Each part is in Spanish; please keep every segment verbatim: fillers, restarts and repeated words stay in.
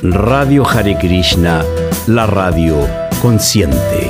Radio Hare Krishna, la radio consciente.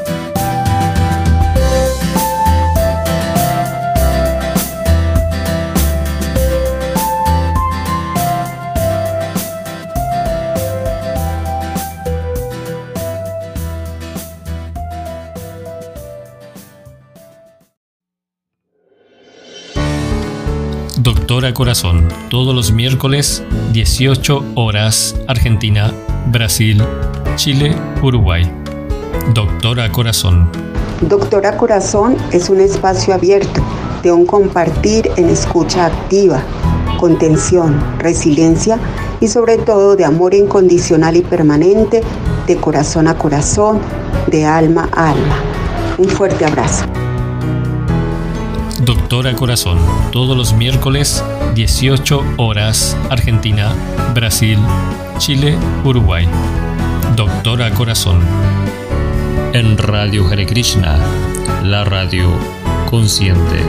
Doctora Corazón, todos los miércoles, dieciocho horas, Argentina, Brasil, Chile, Uruguay. Doctora Corazón. Doctora Corazón es un espacio abierto de un compartir en escucha activa, contención, resiliencia y sobre todo de amor incondicional y permanente, de corazón a corazón, de alma a alma. Un fuerte abrazo. Doctora Corazón, todos los miércoles, dieciocho horas, Argentina, Brasil, Chile, Uruguay. Doctora Corazón. En Radio Hare Krishna, la radio consciente.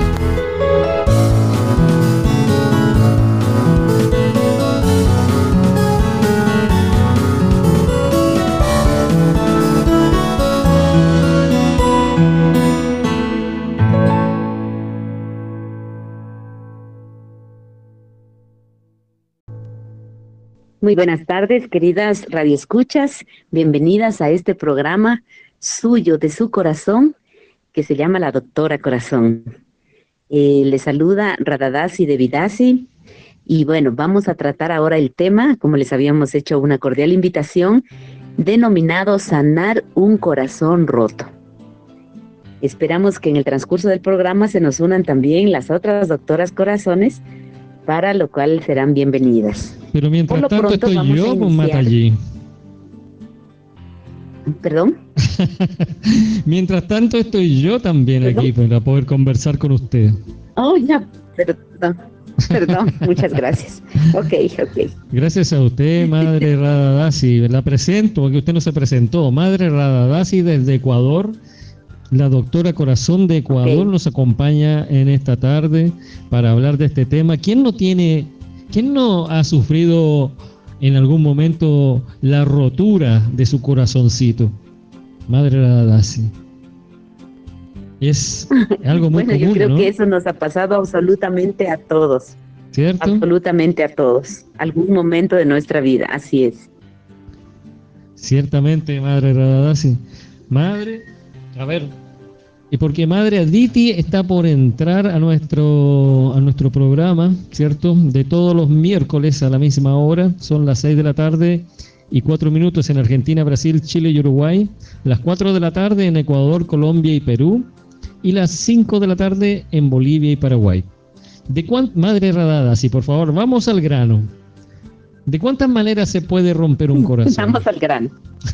Muy buenas tardes, queridas radioescuchas. Bienvenidas a este programa suyo, de su corazón, que se llama La Doctora Corazón. Eh, le saluda Radhadasi Devidasi. Y bueno, vamos a tratar ahora el tema, como les habíamos hecho una cordial invitación, denominado Sanar un corazón roto. Esperamos que en el transcurso del programa se nos unan también las otras doctoras corazones, para lo cual serán bienvenidas. Pero mientras tanto pronto, estoy yo, pues mata allí. ¿Perdón? Mientras tanto estoy yo también ¿Perdón? Aquí para poder conversar con usted. Oh, ya, perdón, perdón, muchas gracias. Ok, ok. Gracias a usted, Madre Radhadasi. La presento, porque usted no se presentó. Madre Radhadasi desde Ecuador. La doctora Corazón de Ecuador okay. nos acompaña en esta tarde para hablar de este tema. ¿Quién no tiene, quién no ha sufrido en algún momento la rotura de su corazoncito? Madre Radhadasi. Es algo muy bueno, común, yo creo ¿no? que eso nos ha pasado absolutamente a todos. ¿Cierto? Absolutamente a todos. Algún momento de nuestra vida, así es. Ciertamente, Madre Radhadasi. Madre, a ver, y porque Madre Aditi está por entrar a nuestro a nuestro programa, ¿cierto? De todos los miércoles a la misma hora, son las seis de la tarde y cuatro minutos en Argentina, Brasil, Chile y Uruguay, las cuatro de la tarde en Ecuador, Colombia y Perú, y las cinco de la tarde en Bolivia y Paraguay. ¿De cuántas, Madre Radhadasi, por favor, vamos al grano? ¿De cuántas maneras se puede romper un corazón? Vamos al grano.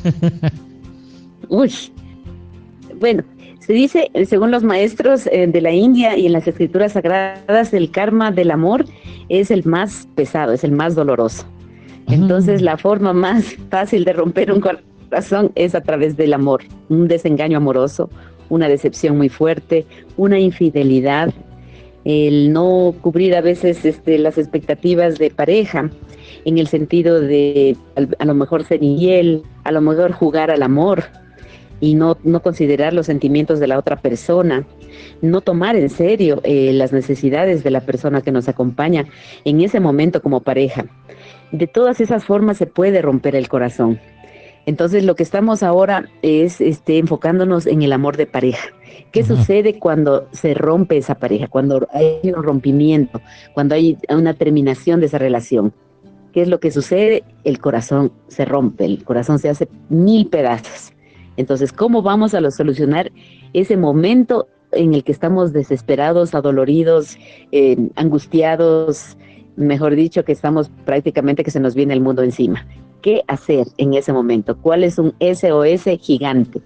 Uy. Bueno, se dice, según los maestros eh, de la India y en las escrituras sagradas, el karma del amor es el más pesado, es el más doloroso. Entonces, la forma más fácil de romper un corazón es a través del amor. Un desengaño amoroso, una decepción muy fuerte, una infidelidad, el no cubrir a veces este, las expectativas de pareja, en el sentido de a, a lo mejor ser infiel, a lo mejor jugar al amor, y no, no considerar los sentimientos de la otra persona, no tomar en serio eh, las necesidades de la persona que nos acompaña en ese momento como pareja. De todas esas formas se puede romper el corazón. Entonces lo que estamos ahora es este, enfocándonos en el amor de pareja. ¿Qué uh-huh. sucede cuando se rompe esa pareja? Cuando hay un rompimiento, cuando hay una terminación de esa relación. ¿Qué es lo que sucede? El corazón se rompe, el corazón se hace mil pedazos. Entonces, ¿cómo vamos a solucionar ese momento en el que estamos desesperados, adoloridos, eh, angustiados, mejor dicho, que estamos prácticamente que se nos viene el mundo encima? ¿Qué hacer en ese momento? ¿Cuál es un S O S gigante?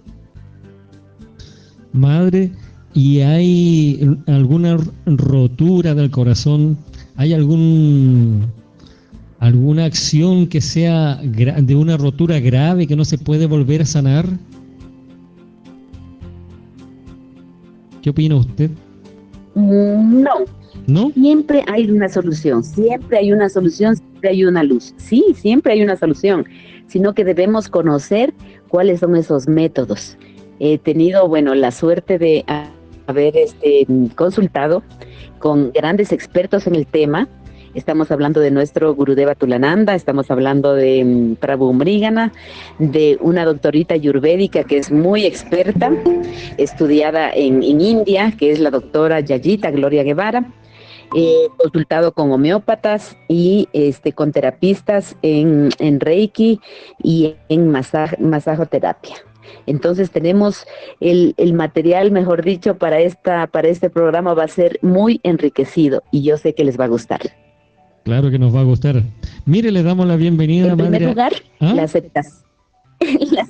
Madre, ¿y hay alguna rotura del corazón? ¿Hay algún alguna acción que sea de una rotura grave que no se puede volver a sanar? ¿Qué opina usted? No. ¿No? Siempre hay una solución, siempre hay una solución, siempre hay una luz. Sí, siempre hay una solución, sino que debemos conocer cuáles son esos métodos. He tenido, bueno, la suerte de haber este, consultado con grandes expertos en el tema. Estamos hablando de nuestro Gurudeva Tulananda, estamos hablando de um, Prabhu Mrigana, de una doctorita ayurvédica que es muy experta, estudiada en, en India, que es la doctora Yayita Gloria Guevara. He consultado con homeópatas y este, con terapistas en, en Reiki y en masaj, masajoterapia. Entonces tenemos el, el material, mejor dicho, para, esta, para este programa va a ser muy enriquecido y yo sé que les va a gustar. Claro que nos va a gustar. Mire, le damos la bienvenida, en madre. En primer lugar, ¿Ah? la aceptas. Las...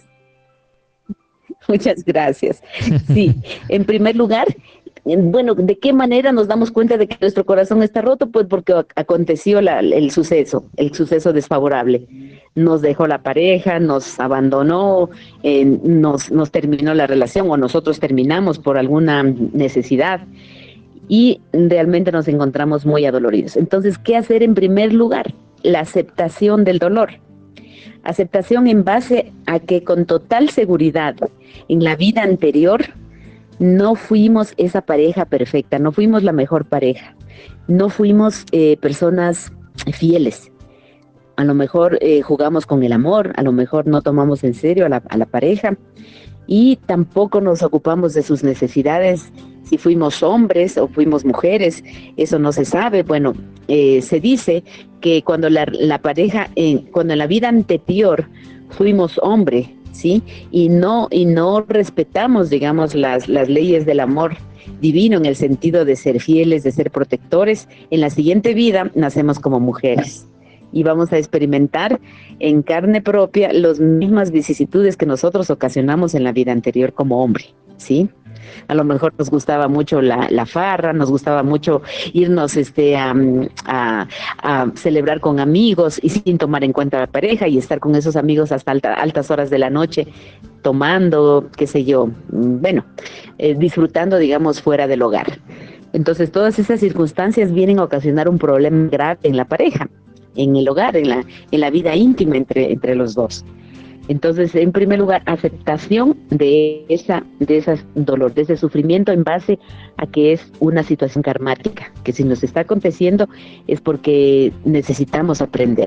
Muchas gracias. Sí, en primer lugar, bueno, ¿de qué manera nos damos cuenta de que nuestro corazón está roto? Pues porque aconteció la, el suceso, el suceso desfavorable. Nos dejó la pareja, nos abandonó, eh, nos, nos terminó la relación o nosotros terminamos por alguna necesidad. Y realmente nos encontramos muy adoloridos. Entonces, ¿qué hacer en primer lugar? La aceptación del dolor. Aceptación en base a que con total seguridad en la vida anterior no fuimos esa pareja perfecta, no fuimos la mejor pareja, no fuimos eh, personas fieles. A lo mejor eh, jugamos con el amor, a lo mejor no tomamos en serio a la, a la pareja y tampoco nos ocupamos de sus necesidades. Si fuimos hombres o fuimos mujeres, eso no se sabe. Bueno, eh, se dice que cuando la, la pareja, eh, cuando en la vida anterior fuimos hombre, ¿sí? Y no, y no respetamos, digamos, las, las leyes del amor divino en el sentido de ser fieles, de ser protectores, en la siguiente vida nacemos como mujeres. Y vamos a experimentar en carne propia las mismas vicisitudes que nosotros ocasionamos en la vida anterior como hombre, ¿sí? A lo mejor nos gustaba mucho la, la farra, nos gustaba mucho irnos este, a, a, a celebrar con amigos y sin tomar en cuenta a la pareja y estar con esos amigos hasta alta, altas horas de la noche tomando, qué sé yo, bueno, eh, disfrutando, digamos, fuera del hogar. Entonces todas esas circunstancias vienen a ocasionar un problema grave en la pareja, en el hogar, en la, en la vida íntima entre, entre los dos. Entonces, en primer lugar, aceptación de esa, de esas dolor, de ese sufrimiento en base a que es una situación karmática, que si nos está aconteciendo es porque necesitamos aprender.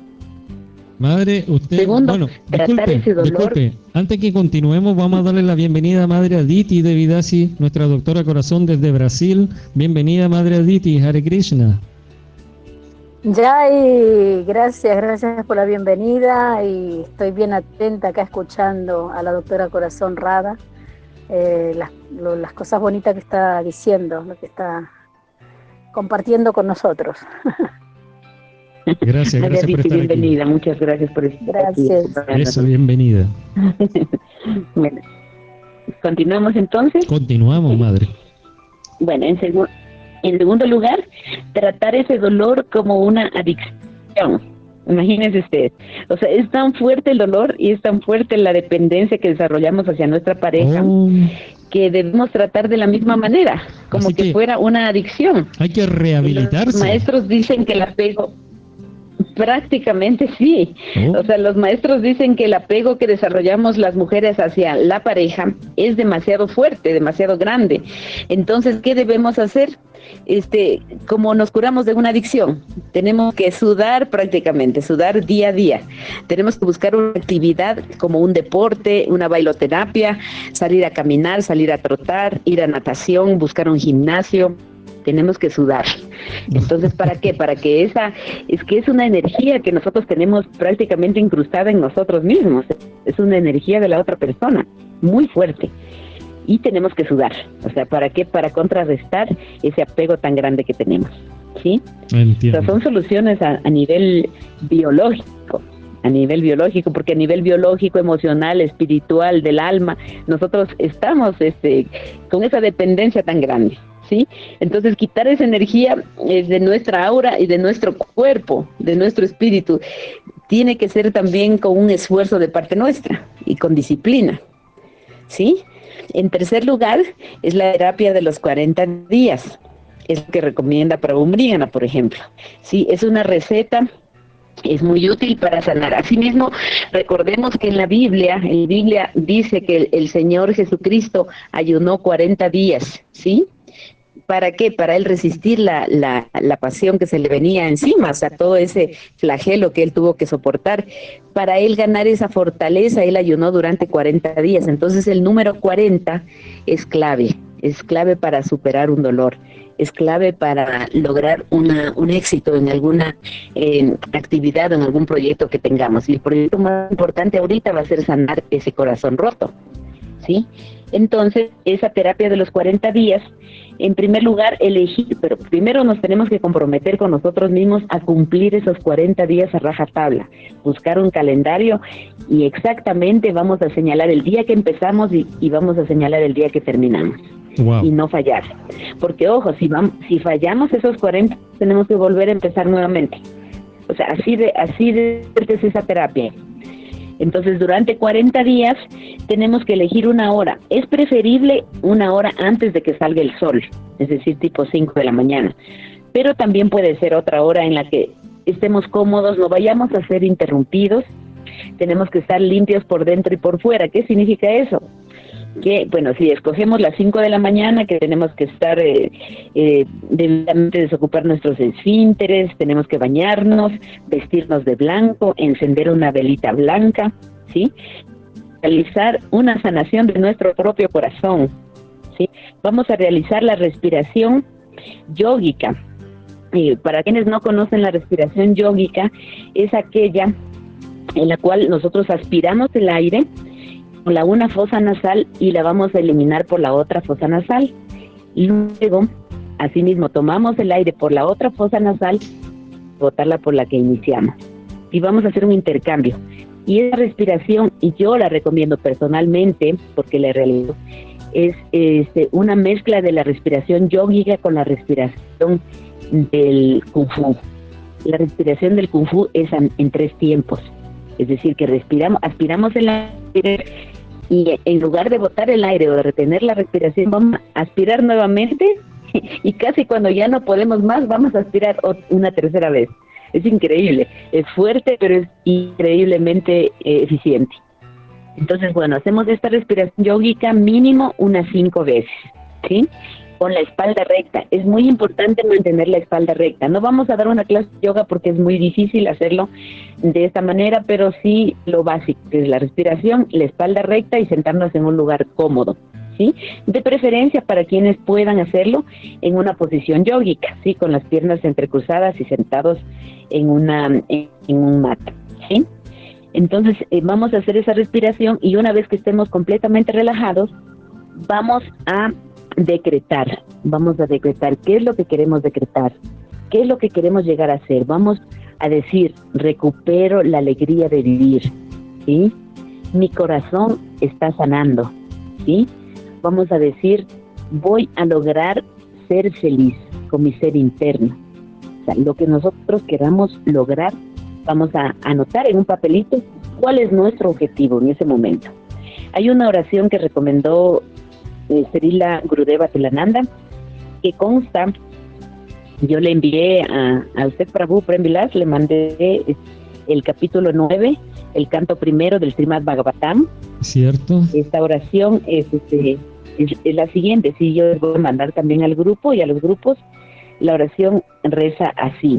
Madre, usted, Segundo, bueno, tratar disculpe, ese dolor. Disculpe, antes que continuemos, vamos a darle la bienvenida a Madre Aditi Devidasi, nuestra doctora corazón desde Brasil. Bienvenida, Madre Aditi, Hare Krishna. Ya, y gracias, gracias por la bienvenida y estoy bien atenta acá escuchando a la doctora Corazón Radha, eh, las, lo, las cosas bonitas que está diciendo, lo que está compartiendo con nosotros. Gracias, gracias por estar bienvenida, aquí. Muchas gracias por estar gracias. aquí. Eso, bienvenida. Bueno, ¿continuamos entonces? Continuamos, madre. Bueno, en segundo... En segundo lugar, tratar ese dolor como una adicción. Imagínense usted. O sea, es tan fuerte el dolor y es tan fuerte la dependencia que desarrollamos hacia nuestra pareja oh. que debemos tratar de la misma manera, como que, que fuera una adicción. Hay que rehabilitarse. Los maestros dicen que el apego... Prácticamente sí. Oh. O sea, los maestros dicen que el apego que desarrollamos las mujeres hacia la pareja es demasiado fuerte, demasiado grande. Entonces, ¿qué debemos hacer? Este, como nos curamos de una adicción, tenemos que sudar prácticamente, sudar día a día. Tenemos que buscar una actividad como un deporte, una bailoterapia, salir a caminar, salir a trotar, ir a natación, buscar un gimnasio. Tenemos que sudar. Entonces, ¿para qué? Para que esa, es que es una energía que nosotros tenemos prácticamente incrustada en nosotros mismos. Es una energía de la otra persona, muy fuerte. Y tenemos que sudar. O sea, ¿para qué? Para contrarrestar ese apego tan grande que tenemos. ¿Sí? Entiendo. O sea, son soluciones a, a nivel biológico. A nivel biológico, porque a nivel biológico, emocional, espiritual, del alma, nosotros estamos este, con esa dependencia tan grande. ¿Sí? Entonces quitar esa energía eh, de nuestra aura y de nuestro cuerpo, de nuestro espíritu, tiene que ser también con un esfuerzo de parte nuestra y con disciplina. ¿sí? En tercer lugar, es la terapia de los cuarenta días. Es lo que recomienda Prabhu Mrigana, por ejemplo. Sí, es una receta, es muy útil para sanar. Asimismo, recordemos que en la Biblia, en la Biblia dice que el, el Señor Jesucristo ayunó cuarenta días, ¿sí? ¿Para qué? Para él resistir la, la, la pasión que se le venía encima, o sea, todo ese flagelo que él tuvo que soportar. Para él ganar esa fortaleza, él ayunó durante cuarenta días. Entonces el número cuarenta es clave, es clave para superar un dolor, es clave para lograr una, un éxito en alguna eh, actividad o en algún proyecto que tengamos. Y el proyecto más importante ahorita va a ser sanar ese corazón roto, ¿sí? Entonces, esa terapia de los cuarenta días, en primer lugar, elegir, pero primero nos tenemos que comprometer con nosotros mismos a cumplir esos cuarenta días a rajatabla, buscar un calendario y exactamente vamos a señalar el día que empezamos y, y vamos a señalar el día que terminamos. Wow. Y no fallar. Porque, ojo, si, vamos, si fallamos esos cuarenta, tenemos que volver a empezar nuevamente. O sea, así de así de es esa terapia. Entonces, durante cuarenta días tenemos que elegir una hora. Es preferible una hora antes de que salga el sol, es decir, tipo cinco de la mañana. Pero también puede ser otra hora en la que estemos cómodos, no vayamos a ser interrumpidos. Tenemos que estar limpios por dentro y por fuera. ¿Qué significa eso? Que, bueno, si escogemos las cinco de la mañana, que tenemos que estar eh, eh, debidamente desocupar nuestros esfínteres, tenemos que bañarnos, vestirnos de blanco, encender una velita blanca, ¿sí? Realizar una sanación de nuestro propio corazón, ¿sí? Vamos a realizar la respiración yógica. Eh, para quienes no conocen la respiración yógica, es aquella en la cual nosotros aspiramos el aire por la una fosa nasal y la vamos a eliminar por la otra fosa nasal. Luego, asimismo, tomamos el aire por la otra fosa nasal y botarla por la que iniciamos. Y vamos a hacer un intercambio. Y esa respiración, y yo la recomiendo personalmente, porque la realizo, es este, una mezcla de la respiración yógica con la respiración del Kung Fu. La respiración del Kung Fu es en, en tres tiempos. Es decir, que respiramos, aspiramos el aire y en lugar de botar el aire o de retener la respiración, vamos a aspirar nuevamente y casi cuando ya no podemos más, vamos a aspirar una tercera vez. Es increíble, es fuerte, pero es increíblemente eh, eficiente. Entonces, bueno, hacemos esta respiración yógica mínimo unas cinco veces, ¿sí? Con la espalda recta. Es muy importante mantener la espalda recta. No vamos a dar una clase de yoga porque es muy difícil hacerlo de esta manera, pero sí lo básico, que es la respiración, la espalda recta y sentarnos en un lugar cómodo, ¿sí? De preferencia para quienes puedan hacerlo en una posición yógica, ¿sí? Con las piernas entrecruzadas y sentados en una en, en un mat, ¿sí? Entonces eh, vamos a hacer esa respiración y una vez que estemos completamente relajados, vamos a decretar, vamos a decretar qué es lo que queremos decretar, qué es lo que queremos llegar a hacer. Vamos a decir, recupero la alegría de vivir, ¿sí? Mi corazón está sanando, ¿sí? Vamos a decir, voy a lograr ser feliz con mi ser interno. O sea, lo que nosotros queramos lograr, vamos a anotar en un papelito cuál es nuestro objetivo en ese momento. Hay una oración que recomendó eh, Srila Gurudeva Tilananda, que consta, yo le envié a, a usted, Prabhu Prem Vilas, le mandé el capítulo nueve, el canto primero del Srimad Bhagavatam. Cierto. Esta oración es, este, es, es la siguiente, sí, yo les voy a mandar también al grupo y a los grupos. La oración reza así: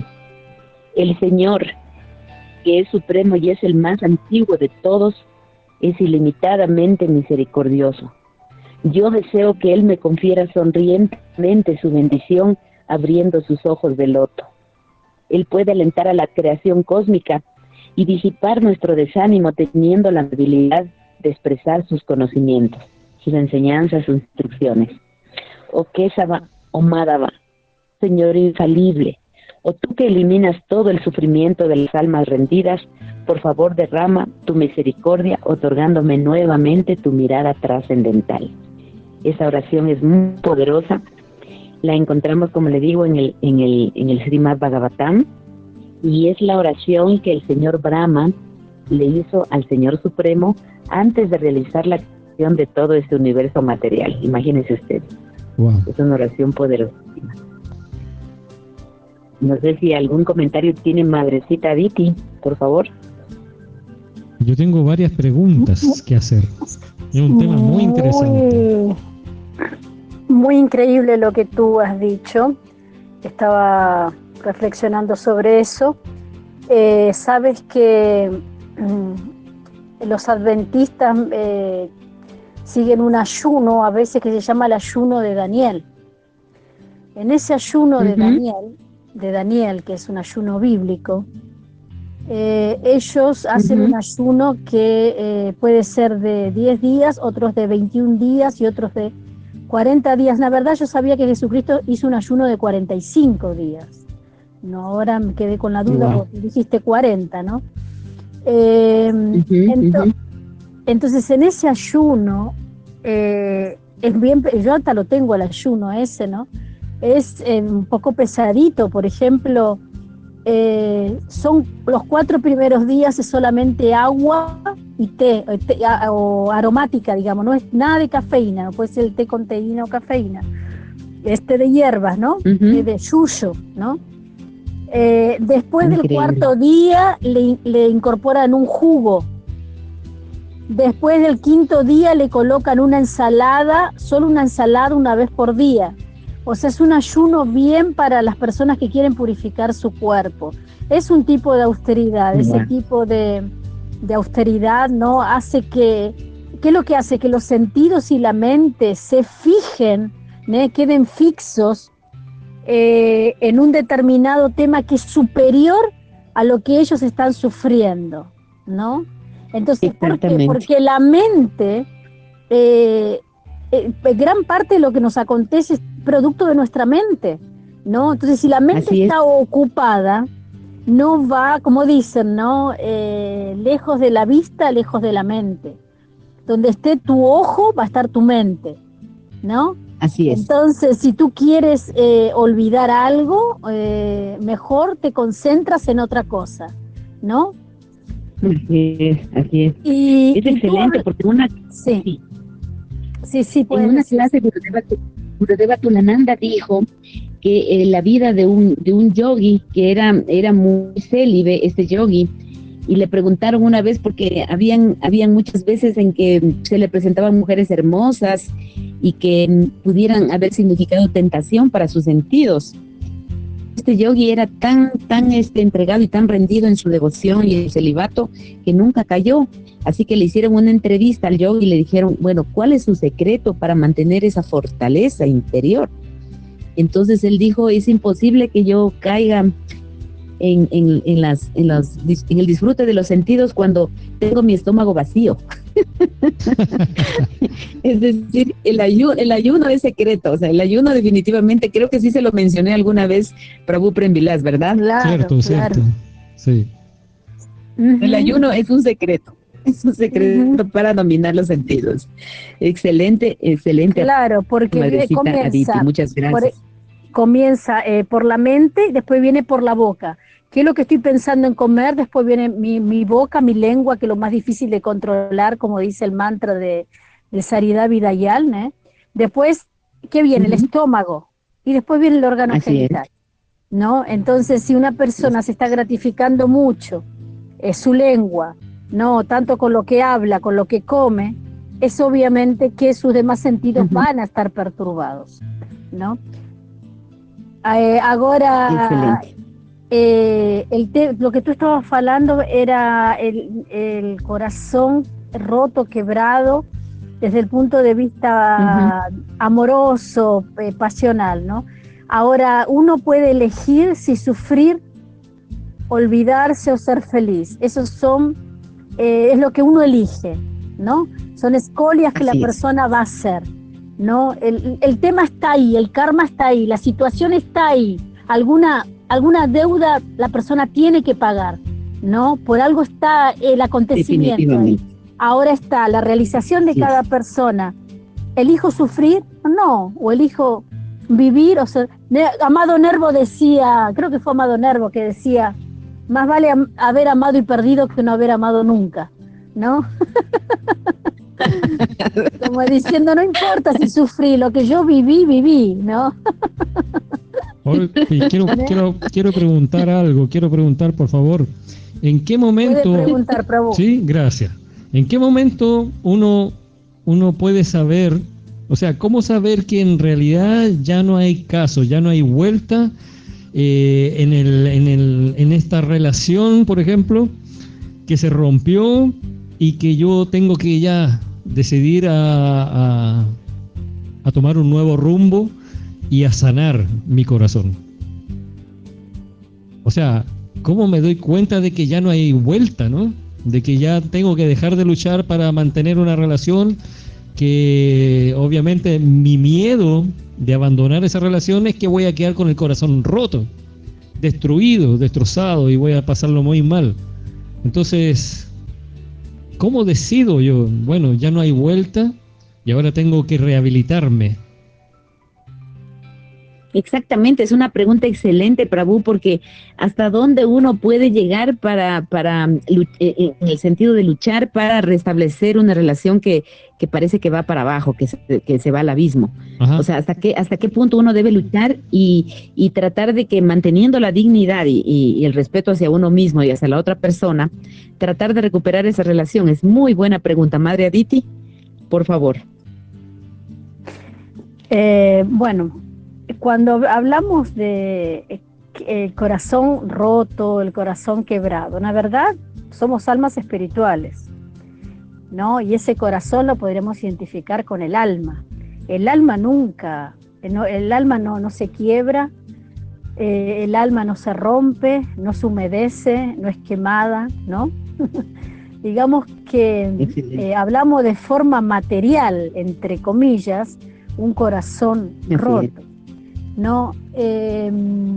el Señor, que es supremo y es el más antiguo de todos, es ilimitadamente misericordioso. Yo deseo que Él me confiera sonrientemente su bendición, abriendo sus ojos de loto. Él puede alentar a la creación cósmica y disipar nuestro desánimo, teniendo la habilidad de expresar sus conocimientos, sus enseñanzas, sus instrucciones. O Kesava, o Madhava, Señor infalible, o tú que eliminas todo el sufrimiento de las almas rendidas, por favor derrama tu misericordia, otorgándome nuevamente tu mirada trascendental. Esa oración es muy poderosa. La encontramos, como le digo, en el, en el, en el Srimad Bhagavatam, y es la oración que el señor Brahma le hizo al Señor Supremo antes de realizar la creación de todo este universo material. Imagínense usted. Wow. Es una oración poderosísima. No sé si algún comentario tiene madrecita Aditi, por favor. Yo tengo varias preguntas que hacer. Es un tema muy interesante. Muy, muy increíble lo que tú has dicho. Estaba reflexionando sobre eso. Eh, sabes que mmm, los adventistas eh, siguen un ayuno, a veces que se llama el ayuno de Daniel. En ese ayuno uh-huh. de Daniel, de Daniel, que es un ayuno bíblico, eh, ellos hacen uh-huh. un ayuno que eh, puede ser de diez días, otros de veintiún días y otros de cuarenta días. La verdad, yo sabía que Jesucristo hizo un ayuno de cuarenta y cinco días. No, ahora me quedé con la duda, wow. porque dijiste cuarenta, ¿no? Eh, uh-huh, ento- uh-huh. Entonces, en ese ayuno, eh, es bien, yo hasta lo tengo el ayuno ese, ¿no? Es eh, un poco pesadito. Por ejemplo, eh, son los cuatro primeros días es solamente agua y té, o, té, o aromática, digamos, no es nada de cafeína, no puede ser el té con teína o cafeína, este de hierbas, ¿no? Uh-huh. De, de yuyo, ¿no? Eh, después Increíble. Del cuarto día le, le incorporan un jugo. Después del quinto día le colocan una ensalada, solo una ensalada una vez por día. O sea, es un ayuno bien para las personas que quieren purificar su cuerpo. Es un tipo de austeridad, ese yeah. tipo de, de austeridad, ¿no? Hace que, ¿qué es lo que hace? Que los sentidos y la mente se fijen, ¿eh? Queden fixos eh, en un determinado tema que es superior a lo que ellos están sufriendo, ¿no? Entonces, ¿por qué? Porque la mente, eh, eh, gran parte de lo que nos acontece es producto de nuestra mente, ¿no? Entonces, si la mente está ocupada, no va, como dicen, ¿no? Eh, lejos de la vista, lejos de la mente. Donde esté tu ojo, va a estar tu mente, ¿no? Así es. Entonces, si tú quieres eh, olvidar algo, eh, mejor te concentras en otra cosa, ¿no? Así es, así es. Y, es excelente, tú, porque una... Sí, sí, sí, sí en una decir. clase Gurudeva Tulananda dijo que eh, la vida de un de un yogi, que era, era muy célibe, este yogi, y le preguntaron una vez, porque habían, habían muchas veces en que se le presentaban mujeres hermosas y que pudieran haber significado tentación para sus sentidos. Este yogi era tan, tan este, entregado y tan rendido en su devoción y en el celibato que nunca cayó. Así que le hicieron una entrevista al yogi y le dijeron, bueno, ¿cuál es su secreto para mantener esa fortaleza interior? Entonces él dijo, es imposible que yo caiga en, en, en, las, en, los, en el disfrute de los sentidos cuando tengo mi estómago vacío. Es decir, el ayuno, el ayuno es secreto, o sea, el ayuno definitivamente, creo que sí se lo mencioné alguna vez, Prabhu Premvilas, ¿verdad? Claro, cierto, claro. cierto, sí. Uh-huh. El ayuno es un secreto, es un secreto uh-huh. para dominar los sentidos. Excelente, excelente. Claro, porque comienza, Aditi, muchas gracias. Por, comienza eh, por la mente y después viene por la boca. ¿Qué es lo que estoy pensando en comer? Después viene mi, mi boca, mi lengua, que es lo más difícil de controlar, como dice el mantra de, de Saridad Vidayal, ¿eh? Después, ¿qué viene? Uh-huh. El estómago. Y después viene el órgano Así genital, es. ¿no? Entonces, si una persona se está gratificando mucho eh, su lengua, ¿no? Tanto con lo que habla, con lo que come, es obviamente que sus demás sentidos uh-huh. van a estar perturbados, ¿no? Eh, ahora... Excelente. Eh, el te- lo que tú estabas hablando era el, el corazón roto, quebrado, desde el punto de vista uh-huh. amoroso, eh, pasional, ¿no? Ahora, uno puede elegir si sufrir, olvidarse o ser feliz. Esos son, eh, es lo que uno elige, ¿no? Son escolias que Así la es. persona va a hacer, ¿no? El, el tema está ahí, el karma está ahí, la situación está ahí. Alguna... alguna deuda la persona tiene que pagar, ¿no? Por algo está el acontecimiento. Ahora está la realización de sí. cada persona. ¿Elijo sufrir? No. ¿O elijo vivir? O sea, Amado Nervo decía, creo que fue Amado Nervo que decía, más vale am- haber amado y perdido que no haber amado nunca, ¿no? como diciendo, no importa si sufrí, lo que yo viví, viví, ¿no? Ahora, quiero, quiero, quiero preguntar algo, quiero preguntar, por favor, ¿en qué momento... Puede preguntar, Prabhu. Sí, gracias. ¿En qué momento uno, uno puede saber, o sea, cómo saber que en realidad ya no hay caso, ya no hay vuelta eh, en, el, en, el, en esta relación, por ejemplo, que se rompió y que yo tengo que ya decidir a, a, a tomar un nuevo rumbo y a sanar mi corazón? O sea, ¿cómo me doy cuenta de que ya no hay vuelta, ¿no? De que ya tengo que dejar de luchar para mantener una relación que obviamente mi miedo de abandonar esa relación es que voy a quedar con el corazón roto, destruido, destrozado y voy a pasarlo muy mal. Entonces, ¿cómo decido yo? Bueno, ya no hay vuelta y ahora tengo que rehabilitarme. Exactamente, es una pregunta excelente, Prabhu, porque hasta dónde uno puede llegar para, para en el sentido de luchar para restablecer una relación que, que parece que va para abajo, que se, que se va al abismo. Ajá. O sea, hasta qué, hasta qué punto uno debe luchar y, y tratar de que manteniendo la dignidad y, y, y el respeto hacia uno mismo y hacia la otra persona, tratar de recuperar esa relación. Es muy buena pregunta. Madre Aditi, por favor. Eh, bueno, cuando hablamos de el corazón roto, el corazón quebrado, la verdad, somos almas espirituales, ¿no? Y ese corazón lo podremos identificar con el alma. El alma nunca, no, el alma no, no se quiebra, eh, el alma no se rompe, no se humedece, no es quemada, ¿no? Digamos que eh, hablamos de forma material, entre comillas, un corazón roto. No, eh,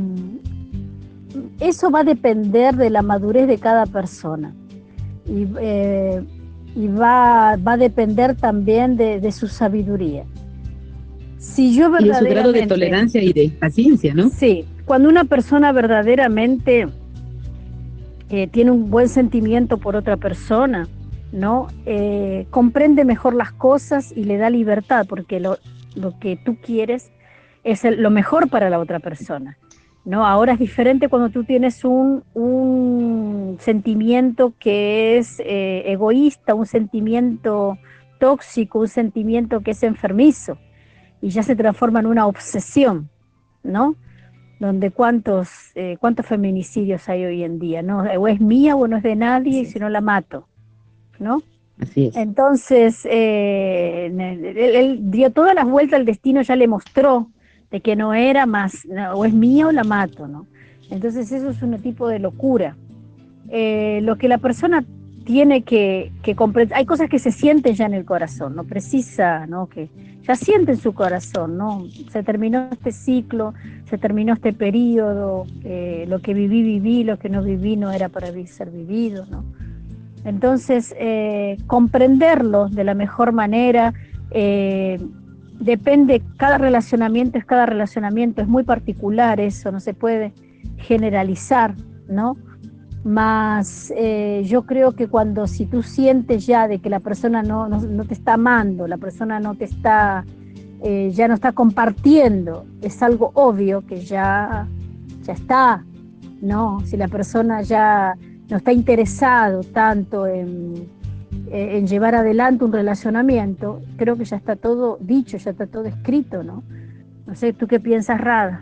eso va a depender de la madurez de cada persona y, eh, y va, va a depender también de, de su sabiduría. Si yo verdaderamente, y de su grado de tolerancia y de paciencia, ¿no? Sí, cuando una persona verdaderamente eh, tiene un buen sentimiento por otra persona, ¿no? Eh, comprende mejor las cosas y le da libertad, porque lo, lo que tú quieres es el, lo mejor para la otra persona, ¿no? Ahora es diferente cuando tú tienes un, un sentimiento que es eh, egoísta, un sentimiento tóxico, un sentimiento que es enfermizo y ya se transforma en una obsesión, ¿no? Donde cuántos, eh, cuántos feminicidios hay hoy en día, ¿no? O es mía o no es de nadie, y si no la mato, ¿no? Así es. Entonces, eh, él, él dio todas las vueltas al destino, ya le mostró de que no era más, no, o es mía o la mato, ¿no? Entonces eso es un tipo de locura. Eh, lo que la persona tiene que, que comprender, hay cosas que se sienten ya en el corazón, no precisa, ¿no? Que ya siente en su corazón, ¿no? Se terminó este ciclo, se terminó este periodo, eh, lo que viví, viví, lo que no viví no era para ser vivido, ¿no? Entonces, eh, comprenderlo de la mejor manera, eh, depende, cada relacionamiento es cada relacionamiento, es muy particular eso, no se puede generalizar, ¿no? Más eh, yo creo que cuando, si tú sientes ya de que la persona no, no, no te está amando, la persona no te está, eh, ya no está compartiendo, es algo obvio que ya, ya está, ¿no? Si la persona ya no está interesado tanto en... en llevar adelante un relacionamiento, creo que ya está todo dicho, ya está todo escrito, ¿no? No sé, ¿tú qué piensas, Rada?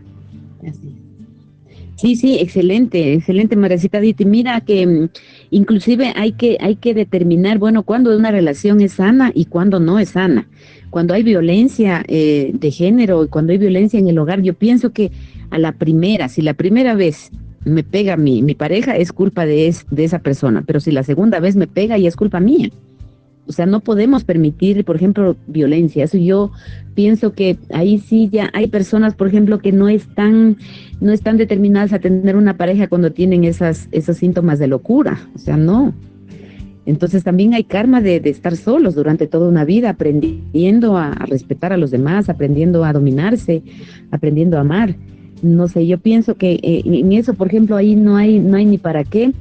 Sí, sí, excelente, excelente, Marecita Aditi. Mira que inclusive hay que, hay que determinar, bueno, cuándo una relación es sana y cuándo no es sana. Cuando hay violencia eh, de género y cuando hay violencia en el hogar, yo pienso que a la primera, si la primera vez me pega mi, mi pareja, es culpa de, es, de esa persona, pero si la segunda vez me pega, ya es culpa mía. O sea, no podemos permitir, por ejemplo, violencia. Eso yo pienso que ahí sí ya hay personas, por ejemplo, que no están, no están determinadas a tener una pareja cuando tienen esas, esos síntomas de locura. O sea, no. Entonces también hay karma de, de estar solos durante toda una vida, aprendiendo a, a respetar a los demás, aprendiendo a dominarse, aprendiendo a amar. No sé, yo pienso que eh, en eso, por ejemplo, ahí no hay, no hay ni para qué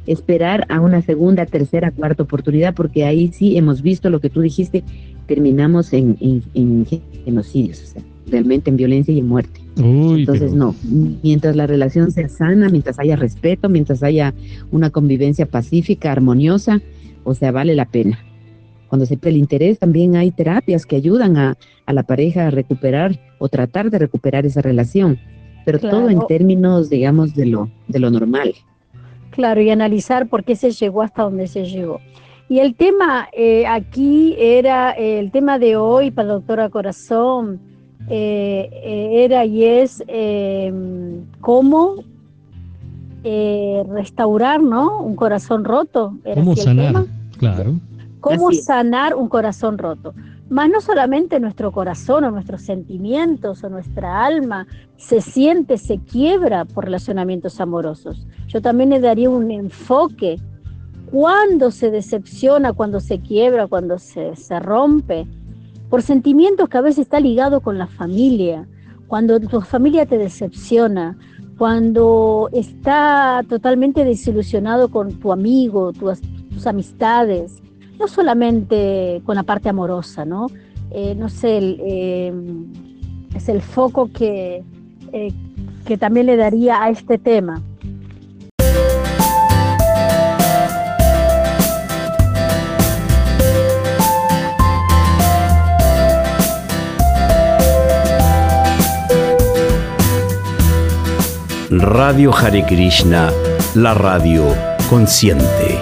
esperar a una segunda, tercera, cuarta oportunidad, porque ahí sí hemos visto lo que tú dijiste, terminamos en, en, en genocidios, o sea, realmente en violencia y en muerte. Uy, Entonces, pero... no, mientras la relación sea sana, mientras haya respeto, mientras haya una convivencia pacífica, armoniosa, o sea, vale la pena. Cuando se pierde el interés, también hay terapias que ayudan a, a la pareja a recuperar o tratar de recuperar esa relación, pero Claro. todo en términos, digamos, de lo, de lo normal. Claro, y analizar por qué se llegó hasta donde se llegó. Y el tema eh, aquí era, eh, el tema de hoy para la doctora Corazón, eh, eh, era y es eh, cómo eh, restaurar, ¿no?, un corazón roto. ¿Era ¿Cómo así el sanar? tema? Claro. ¿Cómo Así es. sanar un corazón roto? Más no solamente nuestro corazón o nuestros sentimientos o nuestra alma se siente, se quiebra por relacionamientos amorosos. Yo también le daría un enfoque cuando se decepciona, cuando se quiebra, cuando se, se rompe, por sentimientos que a veces está ligado con la familia, cuando tu familia te decepciona, cuando está totalmente desilusionado con tu amigo, tu, tus amistades, no solamente con la parte amorosa, ¿no? Eh, no sé, el, eh, es el foco que, eh, que también le daría a este tema. Radio Hare Krishna, la radio consciente.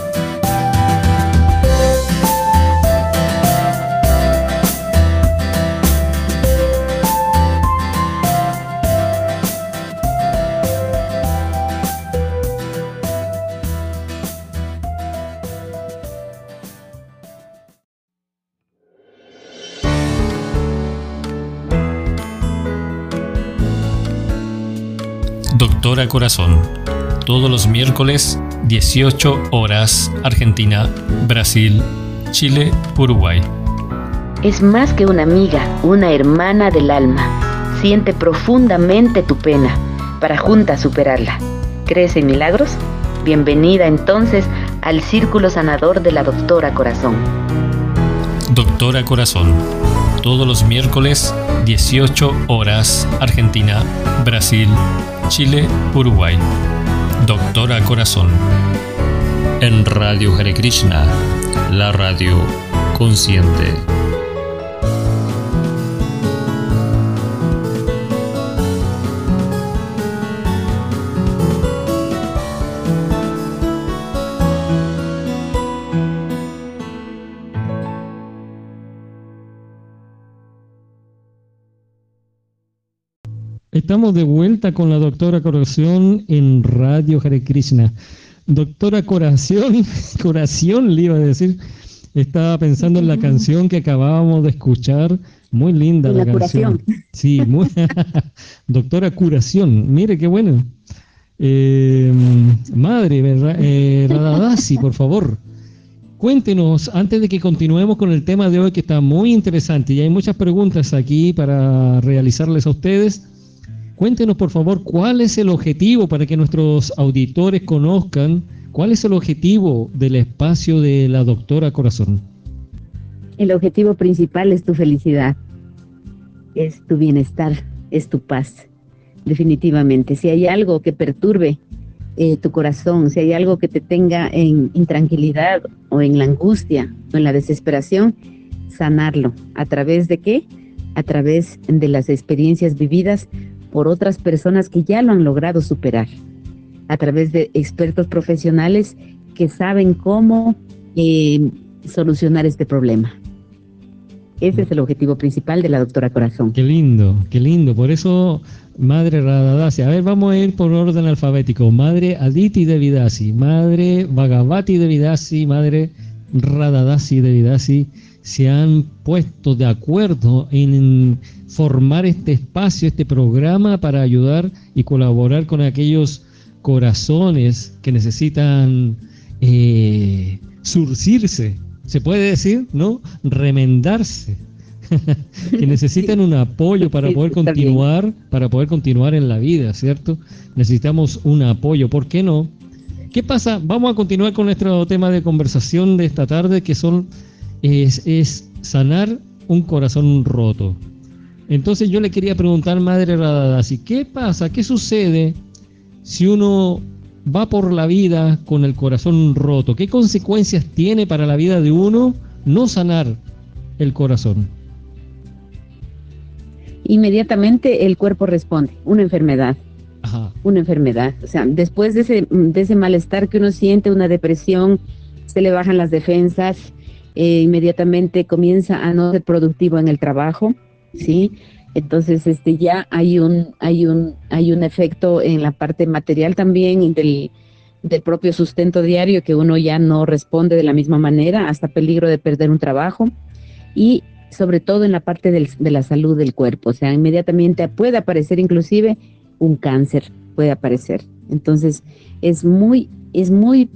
Doctora Corazón, todos los miércoles, dieciocho horas, Argentina, Brasil, Chile, Uruguay. Es más que una amiga, una hermana del alma. Siente profundamente tu pena para juntas superarla. ¿Crees en milagros? Bienvenida entonces al Círculo Sanador de la Doctora Corazón. Doctora Corazón, todos los miércoles, dieciocho horas, Argentina, Brasil, Chile, Uruguay. Doctora Corazón. En Radio Hare Krishna, la radio consciente. Estamos de vuelta con la doctora Corazón en Radio Hare Krishna. Doctora Corazón, Corazón le iba a decir, estaba pensando en la canción que acabábamos de escuchar, muy linda la, la canción. curación. Sí, muy doctora Curación, mire qué bueno. Eh, madre, ¿verdad? Eh, Radhadasi, por favor, cuéntenos, antes de que continuemos con el tema de hoy, que está muy interesante y hay muchas preguntas aquí para realizarles a ustedes. Cuéntenos, por favor, cuál es el objetivo para que nuestros auditores conozcan, cuál es el objetivo del espacio de la doctora Corazón. El objetivo principal es tu felicidad, es tu bienestar, es tu paz, definitivamente. Si hay algo que perturbe eh, tu corazón, si hay algo que te tenga en intranquilidad o en la angustia o en la desesperación, sanarlo. ¿A través de qué? A través de las experiencias vividas por otras personas que ya lo han logrado superar, a través de expertos profesionales que saben cómo eh, solucionar este problema. Ese es el objetivo principal de la doctora Corazón. Qué lindo, qué lindo. Por eso, Madre Radhadasi. A ver, vamos a ir por orden alfabético. Madre Aditi Devidasi, Madre Bhagavati Devidasi, Madre Radhadasi Devidasi, se han puesto de acuerdo en formar este espacio, este programa para ayudar y colaborar con aquellos corazones que necesitan eh, surcirse, se puede decir, ¿no? Remendarse, que necesitan un apoyo para poder continuar, para poder continuar en la vida, ¿cierto? Necesitamos un apoyo, ¿por qué no? ¿Qué pasa? Vamos a continuar con nuestro tema de conversación de esta tarde, que son es, es sanar un corazón roto. Entonces yo le quería preguntar, Madre Radadasi, ¿qué pasa? ¿Qué sucede si uno va por la vida con el corazón roto? ¿Qué consecuencias tiene para la vida de uno no sanar el corazón? Inmediatamente el cuerpo responde, una enfermedad. Ajá. Una enfermedad. O sea, después de ese, de ese malestar que uno siente, una depresión, se le bajan las defensas, eh, inmediatamente comienza a no ser productivo en el trabajo, ¿sí? Entonces, este, ya hay un, hay un, hay un efecto en la parte material también del, del propio sustento diario, que uno ya no responde de la misma manera, hasta peligro de perder un trabajo, y sobre todo en la parte del, de la salud del cuerpo. O sea, inmediatamente puede aparecer inclusive un cáncer, puede aparecer. Entonces, es muy, es muy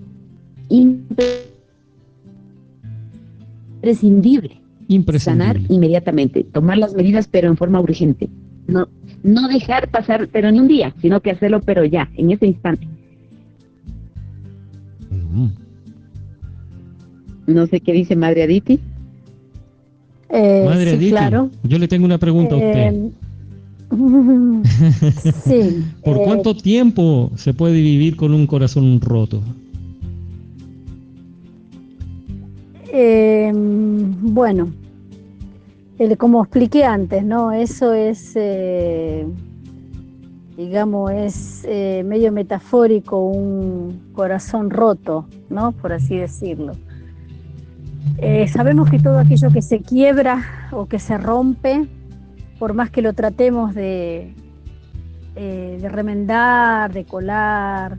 imprescindible, imprescindible sanar inmediatamente, tomar las medidas, pero en forma urgente. No, no dejar pasar, pero ni un día, sino que hacerlo, pero ya, en ese instante. Uh-huh. No sé qué dice Madre Aditi. Eh, Madre sí, Aditi, claro. Yo le tengo una pregunta eh, a usted. Sí. ¿Por eh, cuánto tiempo se puede vivir con un corazón roto? Eh, bueno, el, como expliqué antes, ¿no? Eso es, eh, digamos, es eh, medio metafórico, un corazón roto, ¿no? Por así decirlo. Eh, sabemos que todo aquello que se quiebra o que se rompe, por más que lo tratemos de, eh, de remendar, de colar,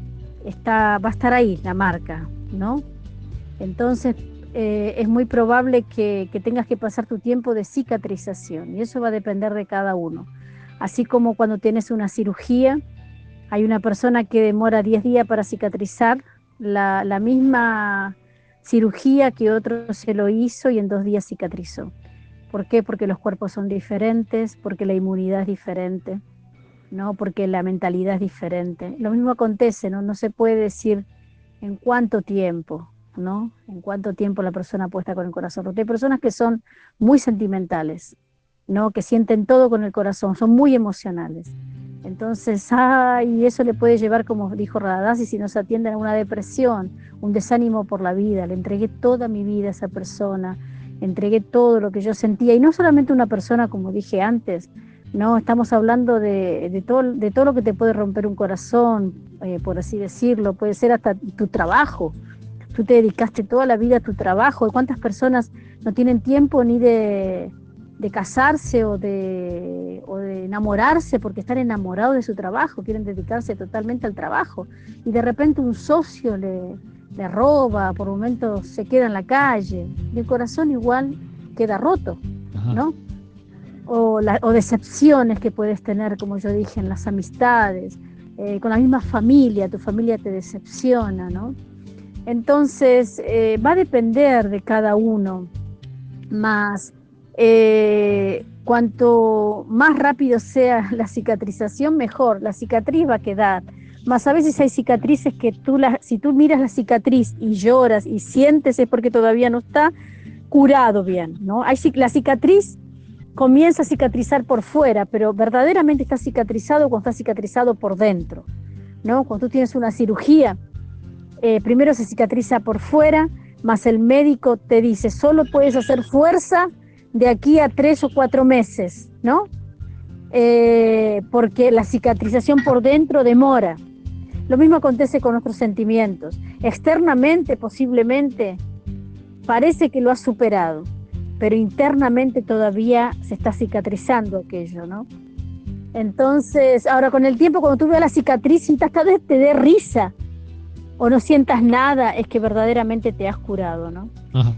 está, va a estar ahí la marca, ¿no? Entonces eh, es muy probable que, que tengas que pasar tu tiempo de cicatrización, y eso va a depender de cada uno. Así como cuando tienes una cirugía, hay una persona que demora diez días para cicatrizar la, la misma cirugía que otro se lo hizo y en dos días cicatrizó. ¿Por qué? Porque los cuerpos son diferentes, porque la inmunidad es diferente, ¿no? Porque la mentalidad es diferente. Lo mismo acontece, ¿no? No se puede decir en cuánto tiempo, ¿no? En cuánto tiempo la persona puede estar con el corazón roto. Hay personas que son muy sentimentales, ¿no? Que sienten todo con el corazón, son muy emocionales. Entonces, ay, eso le puede llevar, como dijo Radadasi, si no se atienden, a una depresión, un desánimo por la vida. Le entregué toda mi vida a esa persona, entregué todo lo que yo sentía, y no solamente una persona, como dije antes, no, estamos hablando de, de, todo, de todo lo que te puede romper un corazón, eh, por así decirlo, puede ser hasta tu trabajo. Tú te dedicaste toda la vida a tu trabajo. ¿Cuántas personas no tienen tiempo ni de, de casarse o de, o de enamorarse porque están enamorados de su trabajo, quieren dedicarse totalmente al trabajo, y de repente un socio le... le roba, por momentos se queda en la calle, y el corazón igual queda roto, ¿no? O, la, o decepciones que puedes tener, como yo dije, en las amistades, eh, con la misma familia, tu familia te decepciona, ¿no? Entonces, eh, va a depender de cada uno, más eh, cuanto más rápido sea la cicatrización, mejor. La cicatriz va a quedar. Más a veces hay cicatrices que tú, la, si tú miras la cicatriz y lloras y sientes, es porque todavía no está curado bien, ¿no? Hay, la cicatriz comienza a cicatrizar por fuera, pero verdaderamente está cicatrizado cuando está cicatrizado por dentro, ¿no? Cuando tú tienes una cirugía, eh, primero se cicatriza por fuera, más el médico te dice, solo puedes hacer fuerza de aquí a tres o cuatro meses, ¿no? Eh, porque la cicatrización por dentro demora. Lo mismo acontece con nuestros sentimientos. Externamente, posiblemente, parece que lo has superado, pero internamente todavía se está cicatrizando aquello, ¿no? Entonces, ahora con el tiempo, cuando tú veas la cicatriz, sientas tal vez te dé risa o no sientas nada, es que verdaderamente te has curado, ¿no? Ajá.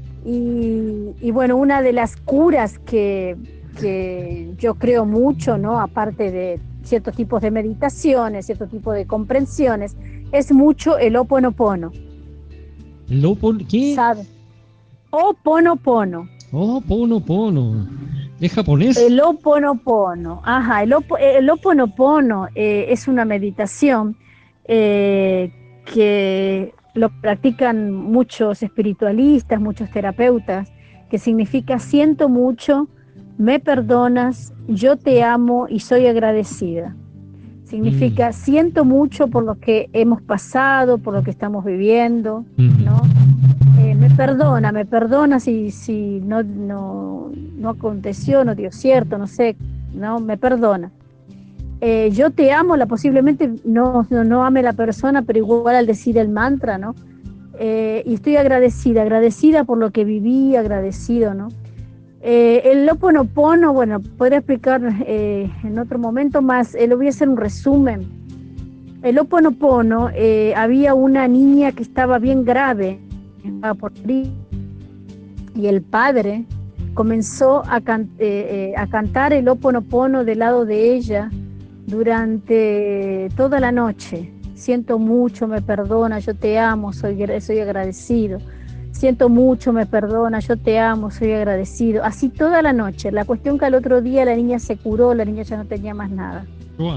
Y, y bueno, una de las curas que, que yo creo mucho, ¿no? Aparte de ciertos tipos de meditaciones, ciertos tipos de comprensiones, es mucho el Ho'oponopono. ¿El Ho'oponopono? ¿Qué? ¿Sabe? Ho'oponopono. Ho'oponopono. ¿Es japonés? El Ho'oponopono. Ajá, el, Ho'oponopono eh, es una meditación eh, que lo practican muchos espiritualistas, muchos terapeutas, que significa siento mucho, me perdonas, yo te amo y soy agradecida. Significa mm. siento mucho por lo que hemos pasado, por lo que estamos viviendo, mm. ¿no? Eh, me perdona, me perdona si, si no, no, no aconteció, no dio cierto, no sé, no, me perdona. Eh, yo te amo, la posiblemente no, no, no ame la persona, pero igual al decir el mantra, ¿no? Eh, y estoy agradecida, agradecida por lo que viví, agradecido, ¿no? Eh, el Ho'oponopono, bueno, podría explicar eh, en otro momento más, eh, lo voy a hacer un resumen. El Ho'oponopono, eh, había una niña que estaba bien grave, por y el padre comenzó a, can, eh, eh, a cantar el Ho'oponopono del lado de ella durante toda la noche. Siento mucho, me perdona, yo te amo, soy, soy agradecido. Siento mucho, me perdona, yo te amo, soy agradecido. Así toda la noche. La cuestión que al otro día la niña se curó, la niña ya no tenía más nada. Wow.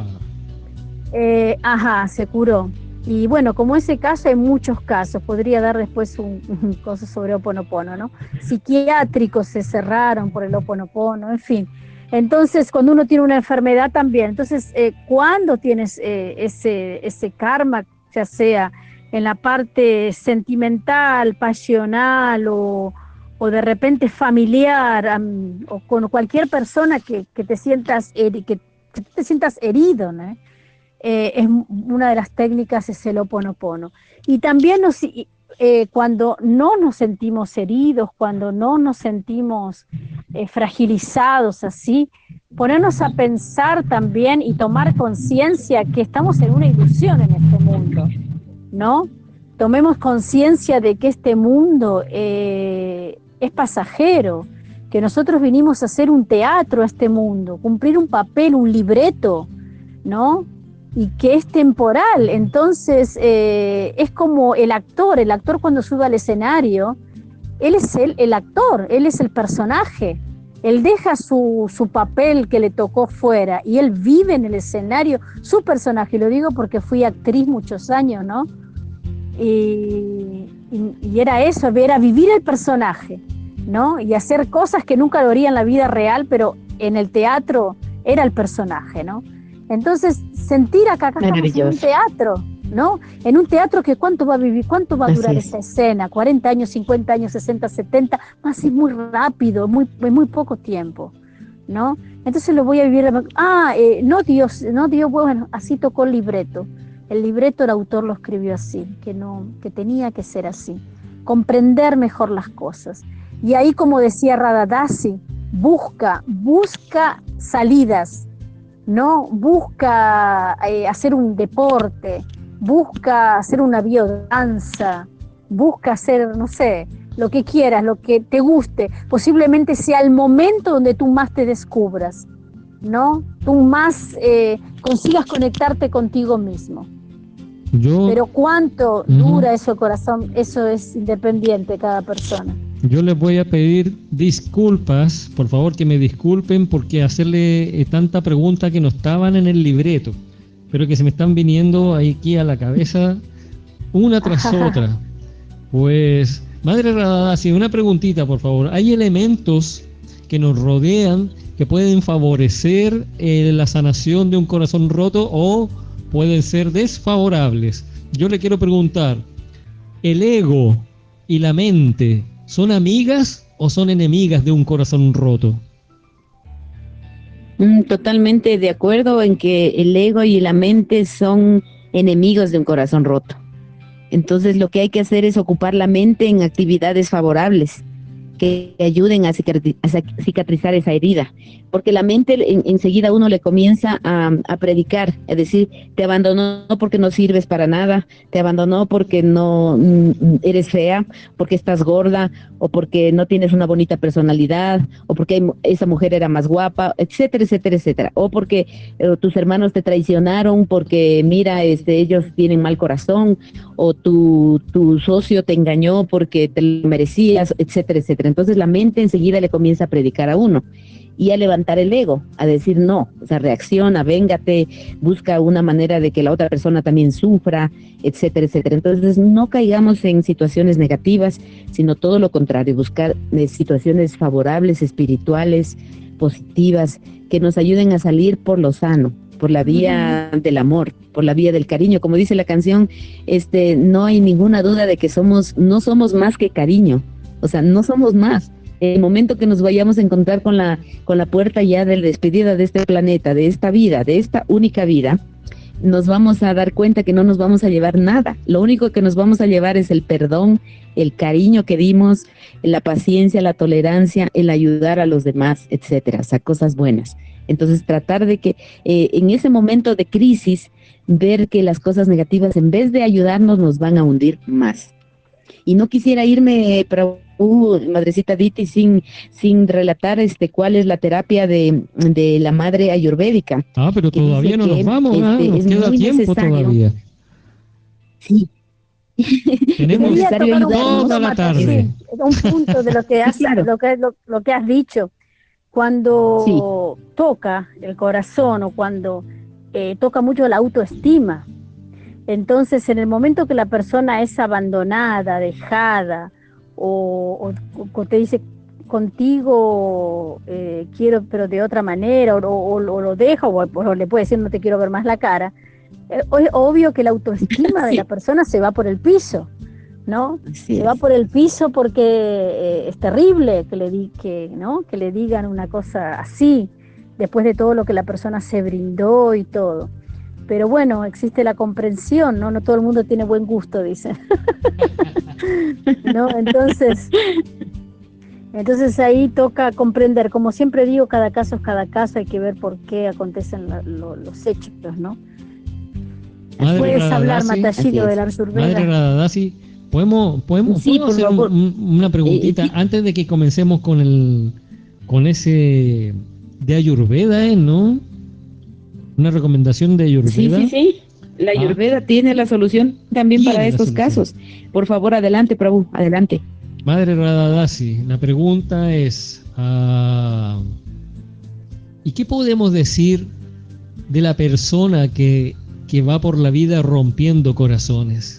Eh, ajá, se curó. Y bueno, como ese caso hay muchos casos, podría dar después un, un cosa sobre Ho'oponopono, ¿no? Psiquiátricos se cerraron por el Ho'oponopono, en fin. Entonces, cuando uno tiene una enfermedad también, entonces, eh, cuando tienes eh, ese, ese karma, ya sea en la parte sentimental, pasional o, o de repente familiar, um, o con cualquier persona que, que, te, sientas heri- que, que te sientas herido, ¿no? Eh, es una de las técnicas, es el Ho'oponopono. Y también nos, eh, cuando no nos sentimos heridos, cuando no nos sentimos eh, fragilizados así, ponernos a pensar también y tomar conciencia que estamos en una ilusión en este mundo, ¿no? Tomemos conciencia de que este mundo eh, es pasajero, que nosotros vinimos a hacer un teatro a este mundo, cumplir un papel, un libreto, ¿no? Y que es temporal. Entonces eh, es como el actor, el actor cuando sube al escenario, él es el, el actor, él es el personaje, él deja su, su papel que le tocó fuera y él vive en el escenario su personaje, y lo digo porque fui actriz muchos años, ¿no? Y, y, y era eso, era vivir el personaje, ¿no? Y hacer cosas que nunca lo haría en la vida real, pero en el teatro era el personaje, ¿no? Entonces, sentir acá, acá estamos en un teatro, ¿no? En un teatro que cuánto va a vivir, cuánto va a durar esa escena, cuarenta años, cincuenta años, sesenta, setenta, va a ser muy rápido, muy, muy poco tiempo, ¿no? Entonces lo voy a vivir, ah, eh, no Dios, no Dios, bueno, así tocó el libreto. El libreto, el autor lo escribió así, que no, que tenía que ser así, comprender mejor las cosas. Y ahí, como decía Radhadasi, busca, busca salidas, ¿no? Busca eh, hacer un deporte, busca hacer una biodanza, busca hacer, no sé, lo que quieras, lo que te guste. Posiblemente sea el momento donde tú más te descubras, ¿no? Tú más eh, consigas conectarte contigo mismo. Yo, Pero cuánto uh-huh. dura eso el corazón, eso es independiente de cada persona. Yo les voy a pedir disculpas, por favor que me disculpen porque hacerle eh, tanta pregunta que no estaban en el libreto, pero que se me están viniendo aquí a la cabeza una tras otra. Pues, Madre Radhadasi, una preguntita por favor. ¿Hay elementos que nos rodean que pueden favorecer eh, la sanación de un corazón roto o pueden ser desfavorables? Yo le quiero preguntar, ¿el ego y la mente son amigas o son enemigas de un corazón roto? Mm, totalmente de acuerdo en que el ego y la mente son enemigos de un corazón roto. Entonces lo que hay que hacer es ocupar la mente en actividades favorables que ayuden a cicatrizar esa herida, porque la mente en, enseguida uno le comienza a, a predicar, es decir, te abandonó porque no sirves para nada, te abandonó porque no mm, eres fea, porque estás gorda, o porque no tienes una bonita personalidad, o porque hay, esa mujer era más guapa, etcétera, etcétera, etcétera, o porque eh, tus hermanos te traicionaron, porque mira, este, ellos tienen mal corazón, o tu, tu socio te engañó porque te lo merecías, etcétera, etcétera. Entonces la mente enseguida le comienza a predicar a uno. y a levantar el ego, a decir no, o sea, reacciona, véngate, busca una manera de que la otra persona también sufra, etcétera, etcétera. Entonces no caigamos en situaciones negativas, sino todo lo contrario, buscar eh, situaciones favorables, espirituales, positivas, que nos ayuden a salir por lo sano, por la vía uh-huh. del amor, por la vía del cariño. Como dice la canción, este, no hay ninguna duda de que somos, no somos más que cariño, o sea, no somos más. El momento que nos vayamos a encontrar con la, con la puerta ya de la despedida de este planeta, de esta vida, de esta única vida, nos vamos a dar cuenta que no nos vamos a llevar nada. Lo único que nos vamos a llevar es el perdón, el cariño que dimos, la paciencia, la tolerancia, el ayudar a los demás, etcétera, o sea, cosas buenas. Entonces, tratar de que eh, en ese momento de crisis, ver que las cosas negativas, en vez de ayudarnos, nos van a hundir más. Y no quisiera irme para uh, madrecita Diti sin, sin relatar este cuál es la terapia de, de la madre ayurvédica. Ah, pero todavía no nos vamos, este, ah, nos queda tiempo necesario. Todavía. Sí. Tenemos toda la tarde. Sí, un punto de lo que has, claro. lo que, lo, lo que has dicho. Cuando sí. toca el corazón o cuando eh, toca mucho la autoestima, entonces en el momento que la persona es abandonada, dejada, o, o, o te dice contigo eh, quiero pero de otra manera, o, o, o lo deja, o, o le puede decir no te quiero ver más la cara, eh, es obvio que la autoestima sí. de la persona se va por el piso, ¿no? Así se es. va por el piso porque eh, es terrible que le, di, que, ¿no? que le digan una cosa así, después de todo lo que la persona se brindó y todo. Pero bueno, existe la comprensión, ¿no? No todo el mundo tiene buen gusto, dicen. ¿No? Entonces, entonces ahí toca comprender. Como siempre digo, cada caso es cada caso, hay que ver por qué acontecen la, lo, los hechos, ¿no? Madre Puedes Radadasi, hablar, Matallito, de la Ayurveda. Madre Radadasi, ¿podemos, podemos, sí, ¿podemos hacer un, una preguntita eh, eh, antes de que comencemos con el con ese de Ayurveda, ¿eh? ¿No? Una recomendación de Ayurveda. Sí, sí, sí. La Ayurveda ah. tiene la solución también tiene para estos casos. Por favor, adelante, Prabhu, adelante. Madre Radadasi, la pregunta es, uh, ¿y qué podemos decir de la persona que, que va por la vida rompiendo corazones?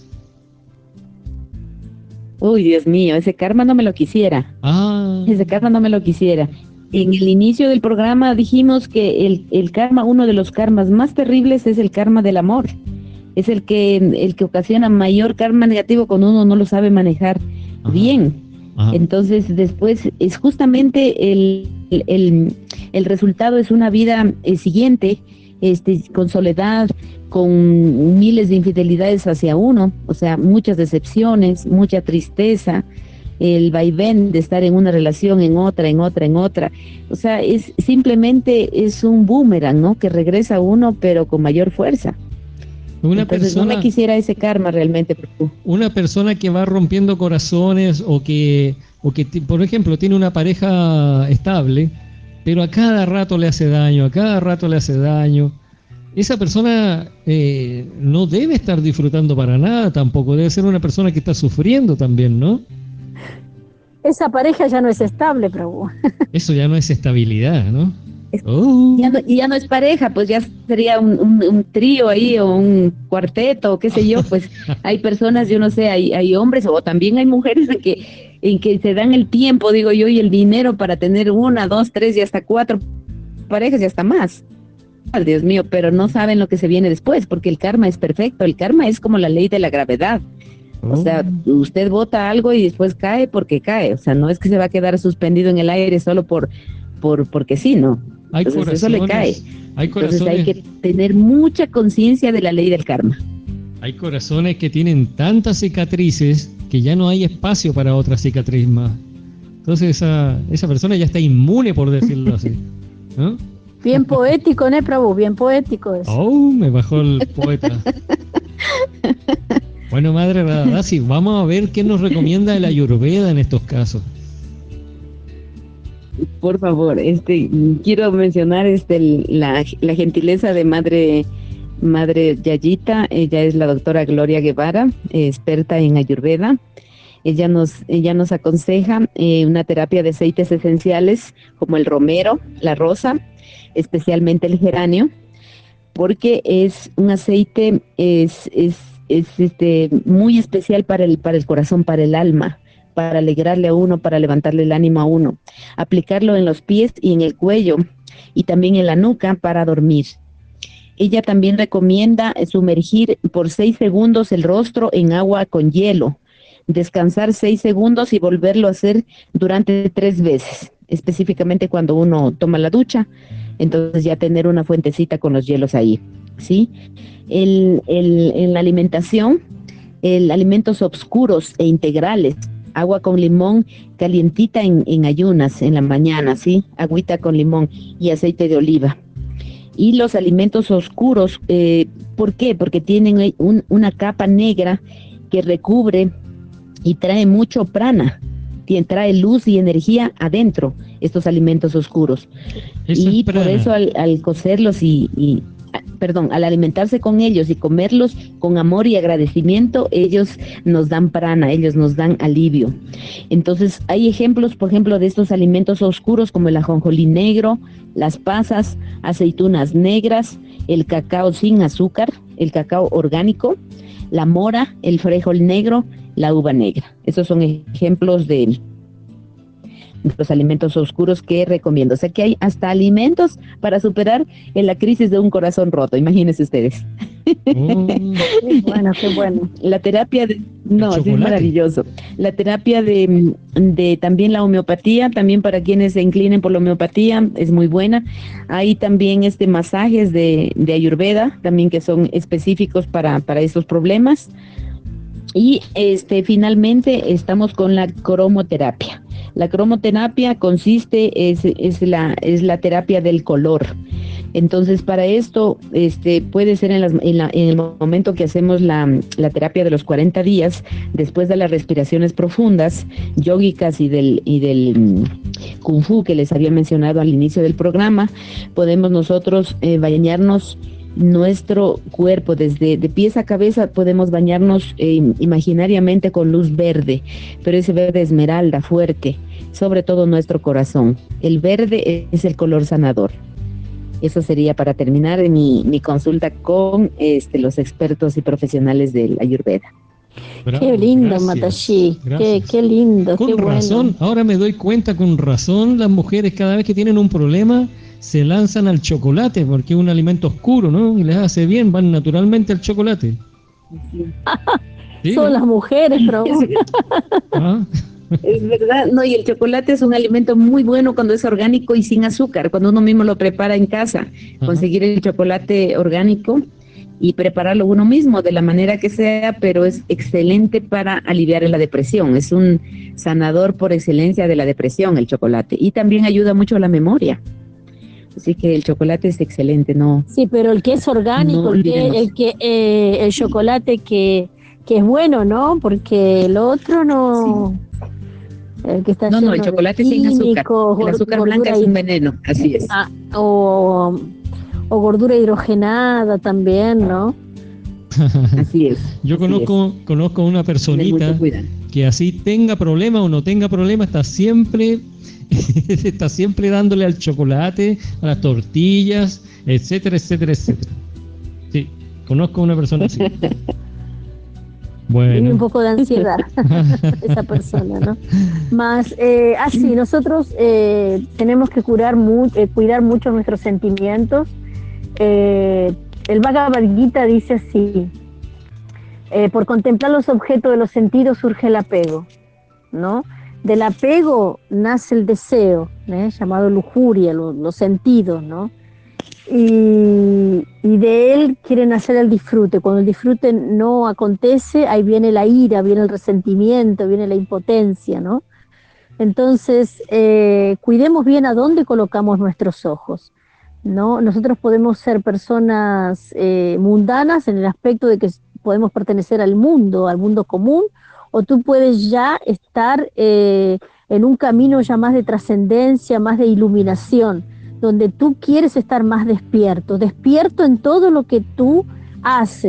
Uy, Dios mío, ese karma no me lo quisiera. Ah. Ese karma no me lo quisiera. En el inicio del programa dijimos que el, el karma, uno de los karmas más terribles es el karma del amor. Es el que, el que ocasiona mayor karma negativo cuando uno no lo sabe manejar Ajá. bien. Ajá. Entonces, después es justamente el, el, el resultado es una vida eh, siguiente, este, con soledad, con miles de infidelidades hacia uno, o sea, muchas decepciones, mucha tristeza, el vaivén de estar en una relación, en otra, en otra, en otra. O sea, es simplemente es un boomerang, ¿no? Que regresa a uno, pero con mayor fuerza. Una Entonces, persona, no me quisiera ese karma realmente. Una persona que va rompiendo corazones o que, o que por ejemplo, tiene una pareja estable, pero a cada rato le hace daño, a cada rato le hace daño. Esa persona eh, no debe estar disfrutando para nada tampoco, debe ser una persona que está sufriendo también, ¿no? Esa pareja ya no es estable, Prabhu. Eso ya no es estabilidad, ¿no? Es, oh. ya no, y ya no es pareja, pues ya sería un, un, un trío ahí o un cuarteto o qué sé yo, pues hay personas, yo no sé, hay, hay hombres o también hay mujeres en que, en que se dan el tiempo, digo yo, y el dinero para tener una, dos, tres y hasta cuatro parejas y hasta más. Oh, Dios mío, pero no saben lo que se viene después, porque el karma es perfecto, el karma es como la ley de la gravedad. O sea, usted bota algo y después cae porque cae. O sea, no es que se va a quedar suspendido en el aire solo por, por porque sí, ¿no? Hay Entonces eso le cae. Hay Entonces hay que tener mucha conciencia de la ley del karma. Hay corazones que tienen tantas cicatrices que ya no hay espacio para otra cicatriz más. Entonces esa, esa persona ya está inmune, por decirlo así, ¿no? Bien poético, ¿no, Prabhu? Bien poético eso. Oh, me bajó el poeta. Bueno, Madre Radadasi, vamos a ver qué nos recomienda el Ayurveda en estos casos. Por favor, este, quiero mencionar este, la, la gentileza de Madre, Madre Yayita. Ella es la doctora Gloria Guevara, experta en Ayurveda. Ella nos, ella nos aconseja eh, una terapia de aceites esenciales como el romero, la rosa, especialmente el geranio, porque es un aceite es, es, es este, muy especial para el, para el corazón, para el alma, para alegrarle a uno, para levantarle el ánimo a uno. Aplicarlo en los pies y en el cuello y también en la nuca para dormir. Ella también recomienda sumergir por seis segundos el rostro en agua con hielo, descansar seis segundos y volverlo a hacer durante tres veces, específicamente cuando uno toma la ducha, entonces ya tener una fuentecita con los hielos ahí, ¿sí? El, el, en la alimentación, el alimentos oscuros e integrales, agua con limón calientita en, en ayunas en la mañana, ¿sí? Agüita con limón y aceite de oliva. Y los alimentos oscuros, eh, ¿por qué? Porque tienen un, una capa negra que recubre y trae mucho prana, trae luz y energía adentro, estos alimentos oscuros. Eso y por eso al, al cocerlos y, y, perdón, al alimentarse con ellos y comerlos con amor y agradecimiento, ellos nos dan prana, ellos nos dan alivio. Entonces hay ejemplos, por ejemplo, de estos alimentos oscuros como el ajonjolí negro, las pasas, aceitunas negras, el cacao sin azúcar, el cacao orgánico, la mora, el frijol negro, la uva negra. Esos son ejemplos de los alimentos oscuros que recomiendo. O sea que hay hasta alimentos para superar en la crisis de un corazón roto, imagínense ustedes. Oh, qué bueno, qué bueno. La terapia de, no, sí es maravilloso. La terapia de, de también la homeopatía, también para quienes se inclinen por la homeopatía, es muy buena. Hay también este masajes de, de Ayurveda, también que son específicos para, para estos problemas. Y este finalmente estamos con la cromoterapia. La cromoterapia consiste, es, es, la, es la terapia del color. Entonces, para esto este, puede ser en, las, en, la, en el momento que hacemos la, la terapia de los cuarenta días, después de las respiraciones profundas, yógicas y del, y del Kung Fu que les había mencionado al inicio del programa, podemos nosotros eh, bañarnos nuestro cuerpo, desde de pies a cabeza podemos bañarnos eh, imaginariamente con luz verde, pero ese verde esmeralda fuerte, sobre todo nuestro corazón. El verde es el color sanador. Eso sería para terminar mi, mi consulta con este, los expertos y profesionales del Ayurveda. Bravo, qué lindo, gracias, Matashi, qué, qué lindo, con qué bueno. razón, ahora me doy cuenta, con razón, las mujeres cada vez que tienen un problema se lanzan al chocolate, porque es un alimento oscuro, ¿no? Y les hace bien, van naturalmente al chocolate. ¿Sí? Son las mujeres, pero... ¿Ah? Es verdad, no, y el chocolate es un alimento muy bueno cuando es orgánico y sin azúcar, cuando uno mismo lo prepara en casa. Ajá. Conseguir el chocolate orgánico y prepararlo uno mismo de la manera que sea, pero es excelente para aliviar la depresión. Es un sanador por excelencia de la depresión, el chocolate, y también ayuda mucho a la memoria. Así que el chocolate es excelente, ¿no? Sí, pero el que es orgánico, no el que, el, que eh, el chocolate que, que es bueno, ¿no? Porque el otro no... Sí. El que está no, no, el chocolate sin azúcar. El azúcar blanca es un veneno, así es. Ah, o, o gordura hidrogenada también, ¿no? Así es. Yo así conozco es. conozco una personita que así tenga problema o no tenga problema, está siempre... está siempre dándole al chocolate, a las tortillas, etcétera, etcétera, etcétera. Sí, conozco a una persona así. Bueno. Tiene un poco de ansiedad esa persona, ¿no? Más, eh, así, ah, nosotros eh, tenemos que curar mu eh, cuidar mucho nuestros sentimientos. Eh, el Bhagavad Gita dice así, eh, por contemplar los objetos de los sentidos surge el apego, ¿no? Del apego nace el deseo, ¿eh? Llamado lujuria, lo, los sentidos, ¿no? Y, y de él quiere nacer el disfrute. Cuando el disfrute no acontece, ahí viene la ira, viene el resentimiento, viene la impotencia, ¿no? Entonces, eh, cuidemos bien a dónde colocamos nuestros ojos, ¿no? Nosotros podemos ser personas eh, mundanas en el aspecto de que podemos pertenecer al mundo, al mundo común, o tú puedes ya estar eh, en un camino ya más de trascendencia, más de iluminación, donde tú quieres estar más despierto, despierto en todo lo que tú haces,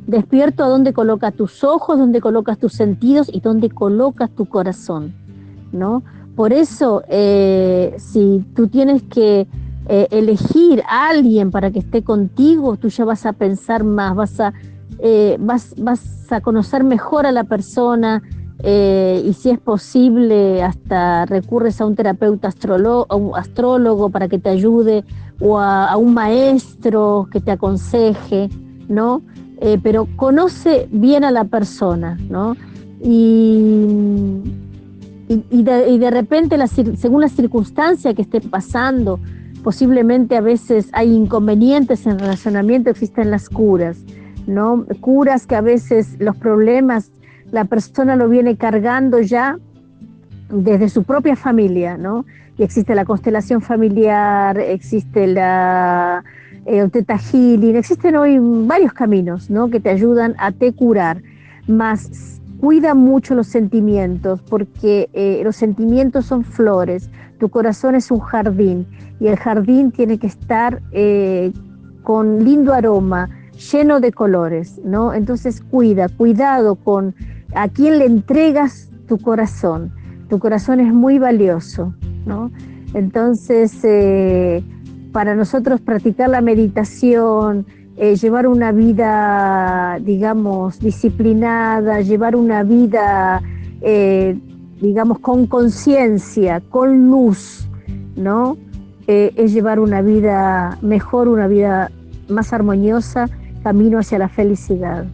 despierto a dónde colocas tus ojos, dónde colocas tus sentidos y dónde colocas tu corazón, ¿no? Por eso, eh, si tú tienes que eh, elegir a alguien para que esté contigo, tú ya vas a pensar más, vas a, eh, vas, vas a conocer mejor a la persona, eh, y si es posible hasta recurres a un terapeuta astrolo- a un astrólogo para que te ayude, o a, a un maestro que te aconseje, ¿no? Eh, pero conoce bien a la persona, ¿no? Y, y, y, de, y de repente, la, según la circunstancia que esté pasando, posiblemente a veces hay inconvenientes en el relacionamiento, existen las curas, ¿no? Curas que a veces los problemas la persona lo viene cargando ya desde su propia familia, ¿no? Y existe la constelación familiar, existe la eh, Theta Healing, existen hoy varios caminos, ¿no? Que te ayudan a te curar, más cuida mucho los sentimientos, porque eh, los sentimientos son flores, tu corazón es un jardín, y el jardín tiene que estar eh, con lindo aroma, lleno de colores, ¿no? Entonces cuida, cuidado con a quién le entregas tu corazón. Tu corazón es muy valioso, ¿no? Entonces, eh, para nosotros practicar la meditación, eh, llevar una vida, digamos, disciplinada, llevar una vida, eh, digamos, con conciencia, con luz, ¿no? Eh, es llevar una vida mejor, una vida más armoniosa, camino hacia la felicidad.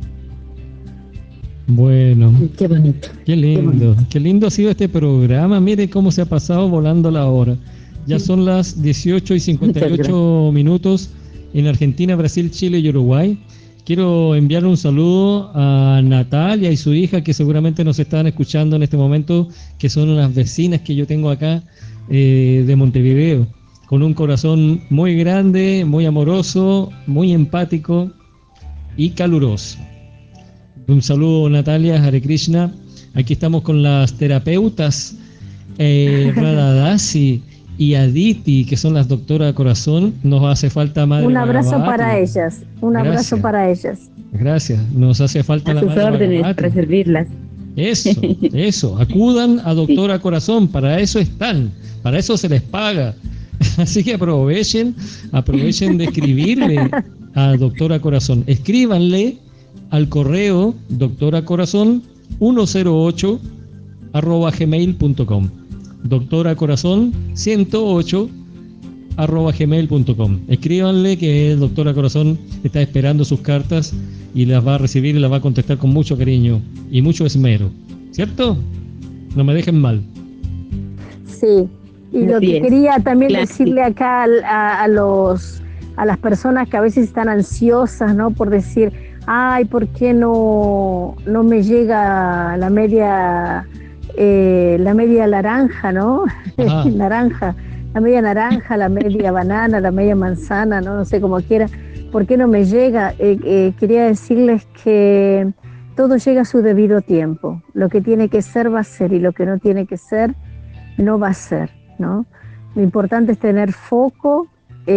Bueno, qué bonito. Qué lindo, qué bonito. Qué lindo ha sido este programa. Mire cómo se ha pasado volando la hora. Ya son las dieciocho y cincuenta y ocho minutos en Argentina, Brasil, Chile y Uruguay. Quiero enviar un saludo a Natalia y su hija, que seguramente nos están escuchando en este momento, que son unas vecinas que yo tengo acá eh, de Montevideo, con un corazón muy grande, muy amoroso, muy empático y caluroso. Un saludo, Natalia, Hare Krishna. Aquí estamos con las terapeutas eh, Radhadasi y Aditi, que son las doctoras Corazón. Nos hace falta Madre Un abrazo Bhagavati. para ellas, un Gracias. abrazo para ellas. Gracias, nos hace falta a la sus Madre órdenes Bhagavati. para servirlas. Eso, eso, acudan a Doctora sí. Corazón, para eso están, para eso se les paga. Así que aprovechen, aprovechen de escribirle a Doctora Corazón. Escríbanle al correo doctoracorazón ciento ocho arroba gmail punto com, doctoracorazón ciento ocho arroba gmail punto com. Escríbanle que el Doctora Corazón está esperando sus cartas y las va a recibir y las va a contestar con mucho cariño y mucho esmero, ¿cierto? No me dejen mal. Sí, y lo Así que es. quería también Claro. decirle acá a, a, a los a las personas que a veces están ansiosas, ¿no? Por decir, ay, ¿por qué no, no me llega la media eh, la media naranja, ¿no? naranja, la media naranja, la media banana, la media manzana, ¿no? No sé, como quiera. ¿Por qué no me llega? Eh, eh, quería decirles que todo llega a su debido tiempo. Lo que tiene que ser va a ser y lo que no tiene que ser no va a ser, ¿no? Lo importante es tener foco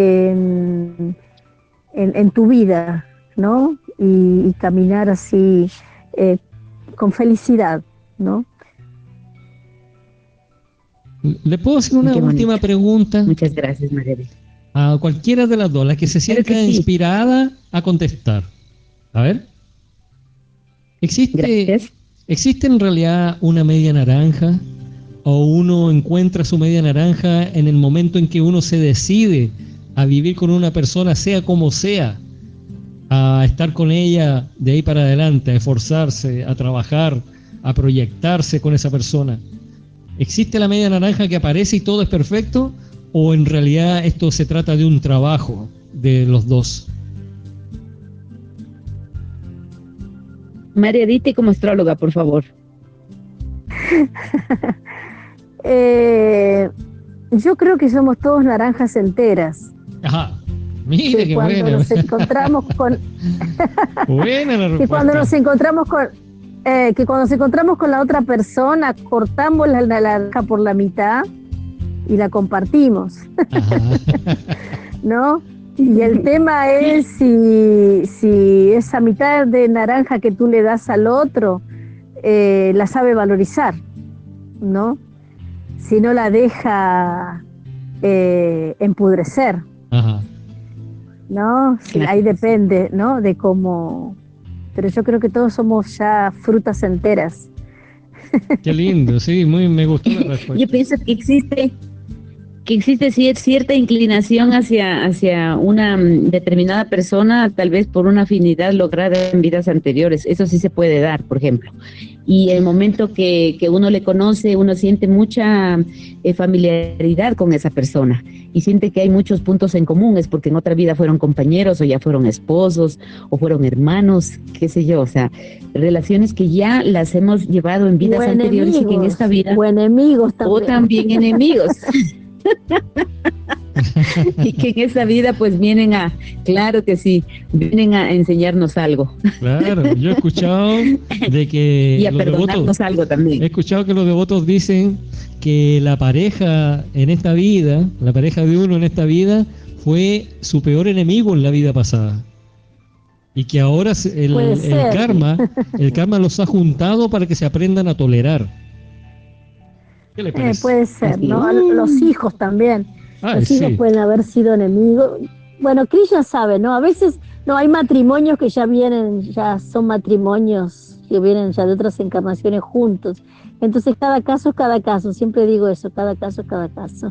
en, en, en tu vida, ¿no? Y, y caminar así eh, con felicidad, ¿no? ¿Le puedo hacer una Qué última bonito. pregunta? Muchas gracias, María. A cualquiera de las dos, la que se Claro sienta que sí. inspirada a contestar. A ver. ¿Existe, Gracias. ¿Existe en realidad una media naranja? ¿O uno encuentra su media naranja en el momento en que uno se decide a vivir con una persona, sea como sea, a estar con ella de ahí para adelante, a esforzarse, a trabajar, a proyectarse con esa persona? ¿Existe la media naranja que aparece y todo es perfecto? ¿O en realidad esto se trata de un trabajo de los dos? María Diti como astróloga, por favor. Eh, yo creo que somos todos naranjas enteras. Ajá, mire Que qué cuando bueno. nos encontramos con Buena la respuesta. que cuando nos encontramos con eh, que cuando nos encontramos con la otra persona cortamos la naranja por la mitad y la compartimos. Ajá. ¿No? Y el tema es si, si esa mitad de naranja que tú le das al otro eh, la sabe valorizar, ¿no? Si no la deja eh, empudrecer. Ajá. ¿No? Sí, ahí depende, ¿no? De cómo... Pero yo creo que todos somos ya frutas enteras. Qué lindo, sí, muy me gustó la respuesta. Yo pienso que existe que existe cierta inclinación hacia, hacia una determinada persona, tal vez por una afinidad lograda en vidas anteriores. Eso sí se puede dar, por ejemplo. Y el momento que, que uno le conoce, uno siente mucha eh, familiaridad con esa persona y siente que hay muchos puntos en común, es porque en otra vida fueron compañeros o ya fueron esposos o fueron hermanos, qué sé yo, o sea, relaciones que ya las hemos llevado en vidas o anteriores enemigos, y que en esta vida... O enemigos también. O también enemigos. Y que en esta vida pues vienen a, claro que sí, vienen a enseñarnos algo. Claro, yo he escuchado de que y a los perdonarnos devotos, algo también. He escuchado que los devotos dicen que la pareja en esta vida, la pareja de uno en esta vida fue su peor enemigo en la vida pasada. Y que ahora el, el karma, el karma los ha juntado para que se aprendan a tolerar. ¿Qué le parece? Eh, puede ser, ¿no? A los hijos también. Ay, los hijos sí. pueden haber sido enemigos. Bueno, Krishna sabe, ¿no? A veces, no, hay matrimonios que ya vienen, ya son matrimonios que vienen ya de otras encarnaciones juntos. Entonces, cada caso es cada caso. Siempre digo eso, cada caso es cada caso.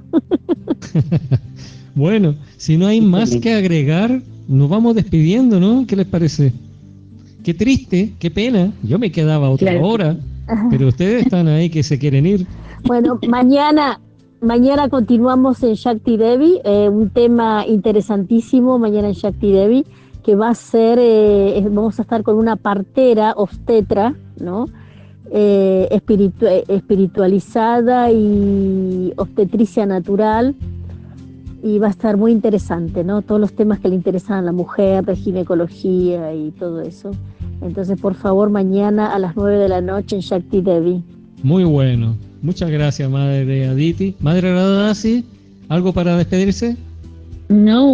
Bueno, si no hay más que agregar, nos vamos despidiendo, ¿no? ¿Qué les parece? Qué triste, qué pena. Yo me quedaba otra Claro. hora, pero ustedes están ahí que se quieren ir. Bueno, mañana, mañana continuamos en Shakti Devi, eh, un tema interesantísimo mañana en Shakti Devi, que va a ser, eh, vamos a estar con una partera obstetra, ¿no? Eh, espiritu espiritualizada y obstetricia natural, y va a estar muy interesante, ¿no? Todos los temas que le interesan a la mujer, de ginecología y todo eso. Entonces, por favor, mañana a las nueve de la noche en Shakti Devi. Muy bueno. Muchas gracias, Madre Aditi. Madre Radhasi, ¿algo para despedirse? No,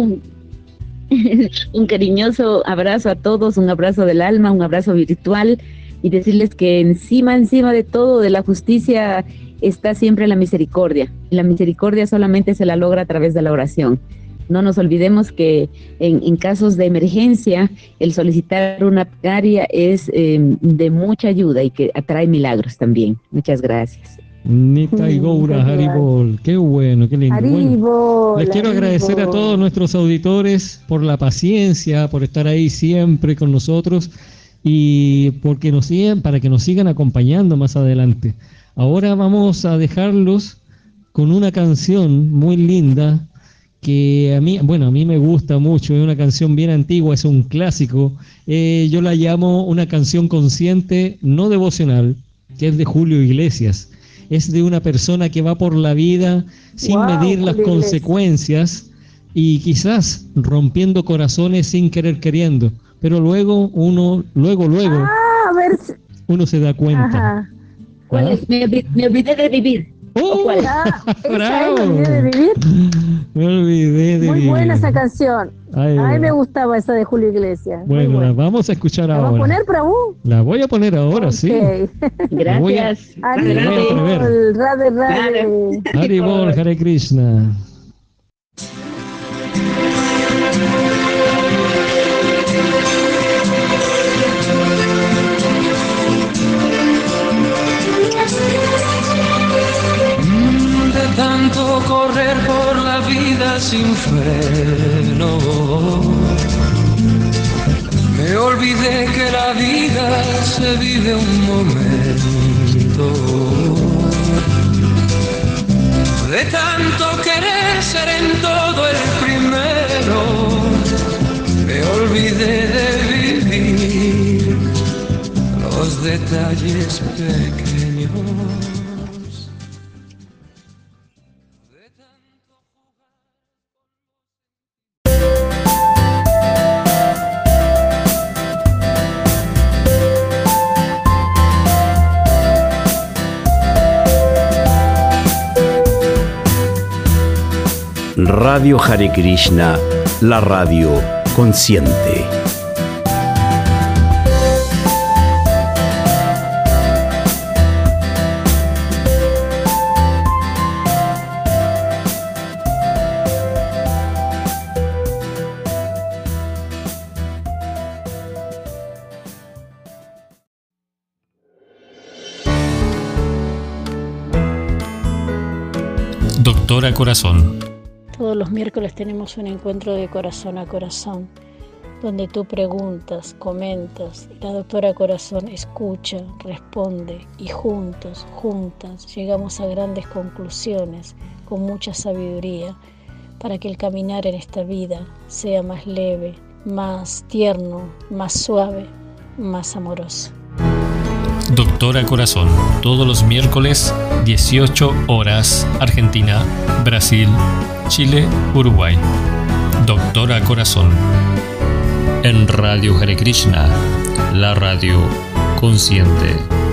un cariñoso abrazo a todos, un abrazo del alma, un abrazo virtual, y decirles que encima, encima de todo, de la justicia, está siempre la misericordia. La misericordia solamente se la logra a través de la oración. No nos olvidemos que en, en casos de emergencia, el solicitar una plegaria es eh, de mucha ayuda y que atrae milagros también. Muchas gracias. Nitai Goura, Haribol, qué bueno, qué lindo. Haribol, bueno, les quiero Haribol. agradecer a todos nuestros auditores por la paciencia, por estar ahí siempre con nosotros y porque nos sigan, para que nos sigan acompañando más adelante. Ahora vamos a dejarlos con una canción muy linda que a mí, bueno, a mí me gusta mucho, es una canción bien antigua, es un clásico. Eh, yo la llamo una canción consciente, no devocional, que es de Julio Iglesias. Es de una persona que va por la vida sin Wow, medir las Julio consecuencias y quizás rompiendo corazones sin querer queriendo, pero luego uno, luego, luego, Ah, a ver. si- uno se da cuenta. Ajá. ¿Cuál es? Me, olvi- me olvidé de vivir. ¡Oh! ¿O cuál? Ah, esa ¡Bravo! es, Me olvidé de vivir. Me olvidé de Muy vivir. buena esa canción. Ay, A mí me bueno. gustaba esa de Julio Iglesias. Muy Bueno, la buena. vamos a escuchar ¿La va a ahora. poner, Prabhu? La voy a poner ahora, sí. Ok. La voy a- Gracias. voy a atrever. Haribol, Radhe Radhe. Haribol, Hare Krishna. De tanto correr por la vida sin freno, me olvidé que la vida se vive un momento. De tanto querer ser en todo el primero, me olvidé de vivir los detalles pequeños. Radio Hare Krishna, la radio consciente. Doctora Corazón. Todos los miércoles tenemos un encuentro de corazón a corazón, donde tú preguntas, comentas, y la doctora Corazón escucha, responde, y juntos, juntas, llegamos a grandes conclusiones con mucha sabiduría para que el caminar en esta vida sea más leve, más tierno, más suave, más amoroso. Doctora Corazón, todos los miércoles, dieciocho horas, Argentina, Brasil, Chile, Uruguay. Doctora Corazón. En Radio Hare Krishna, la radio consciente.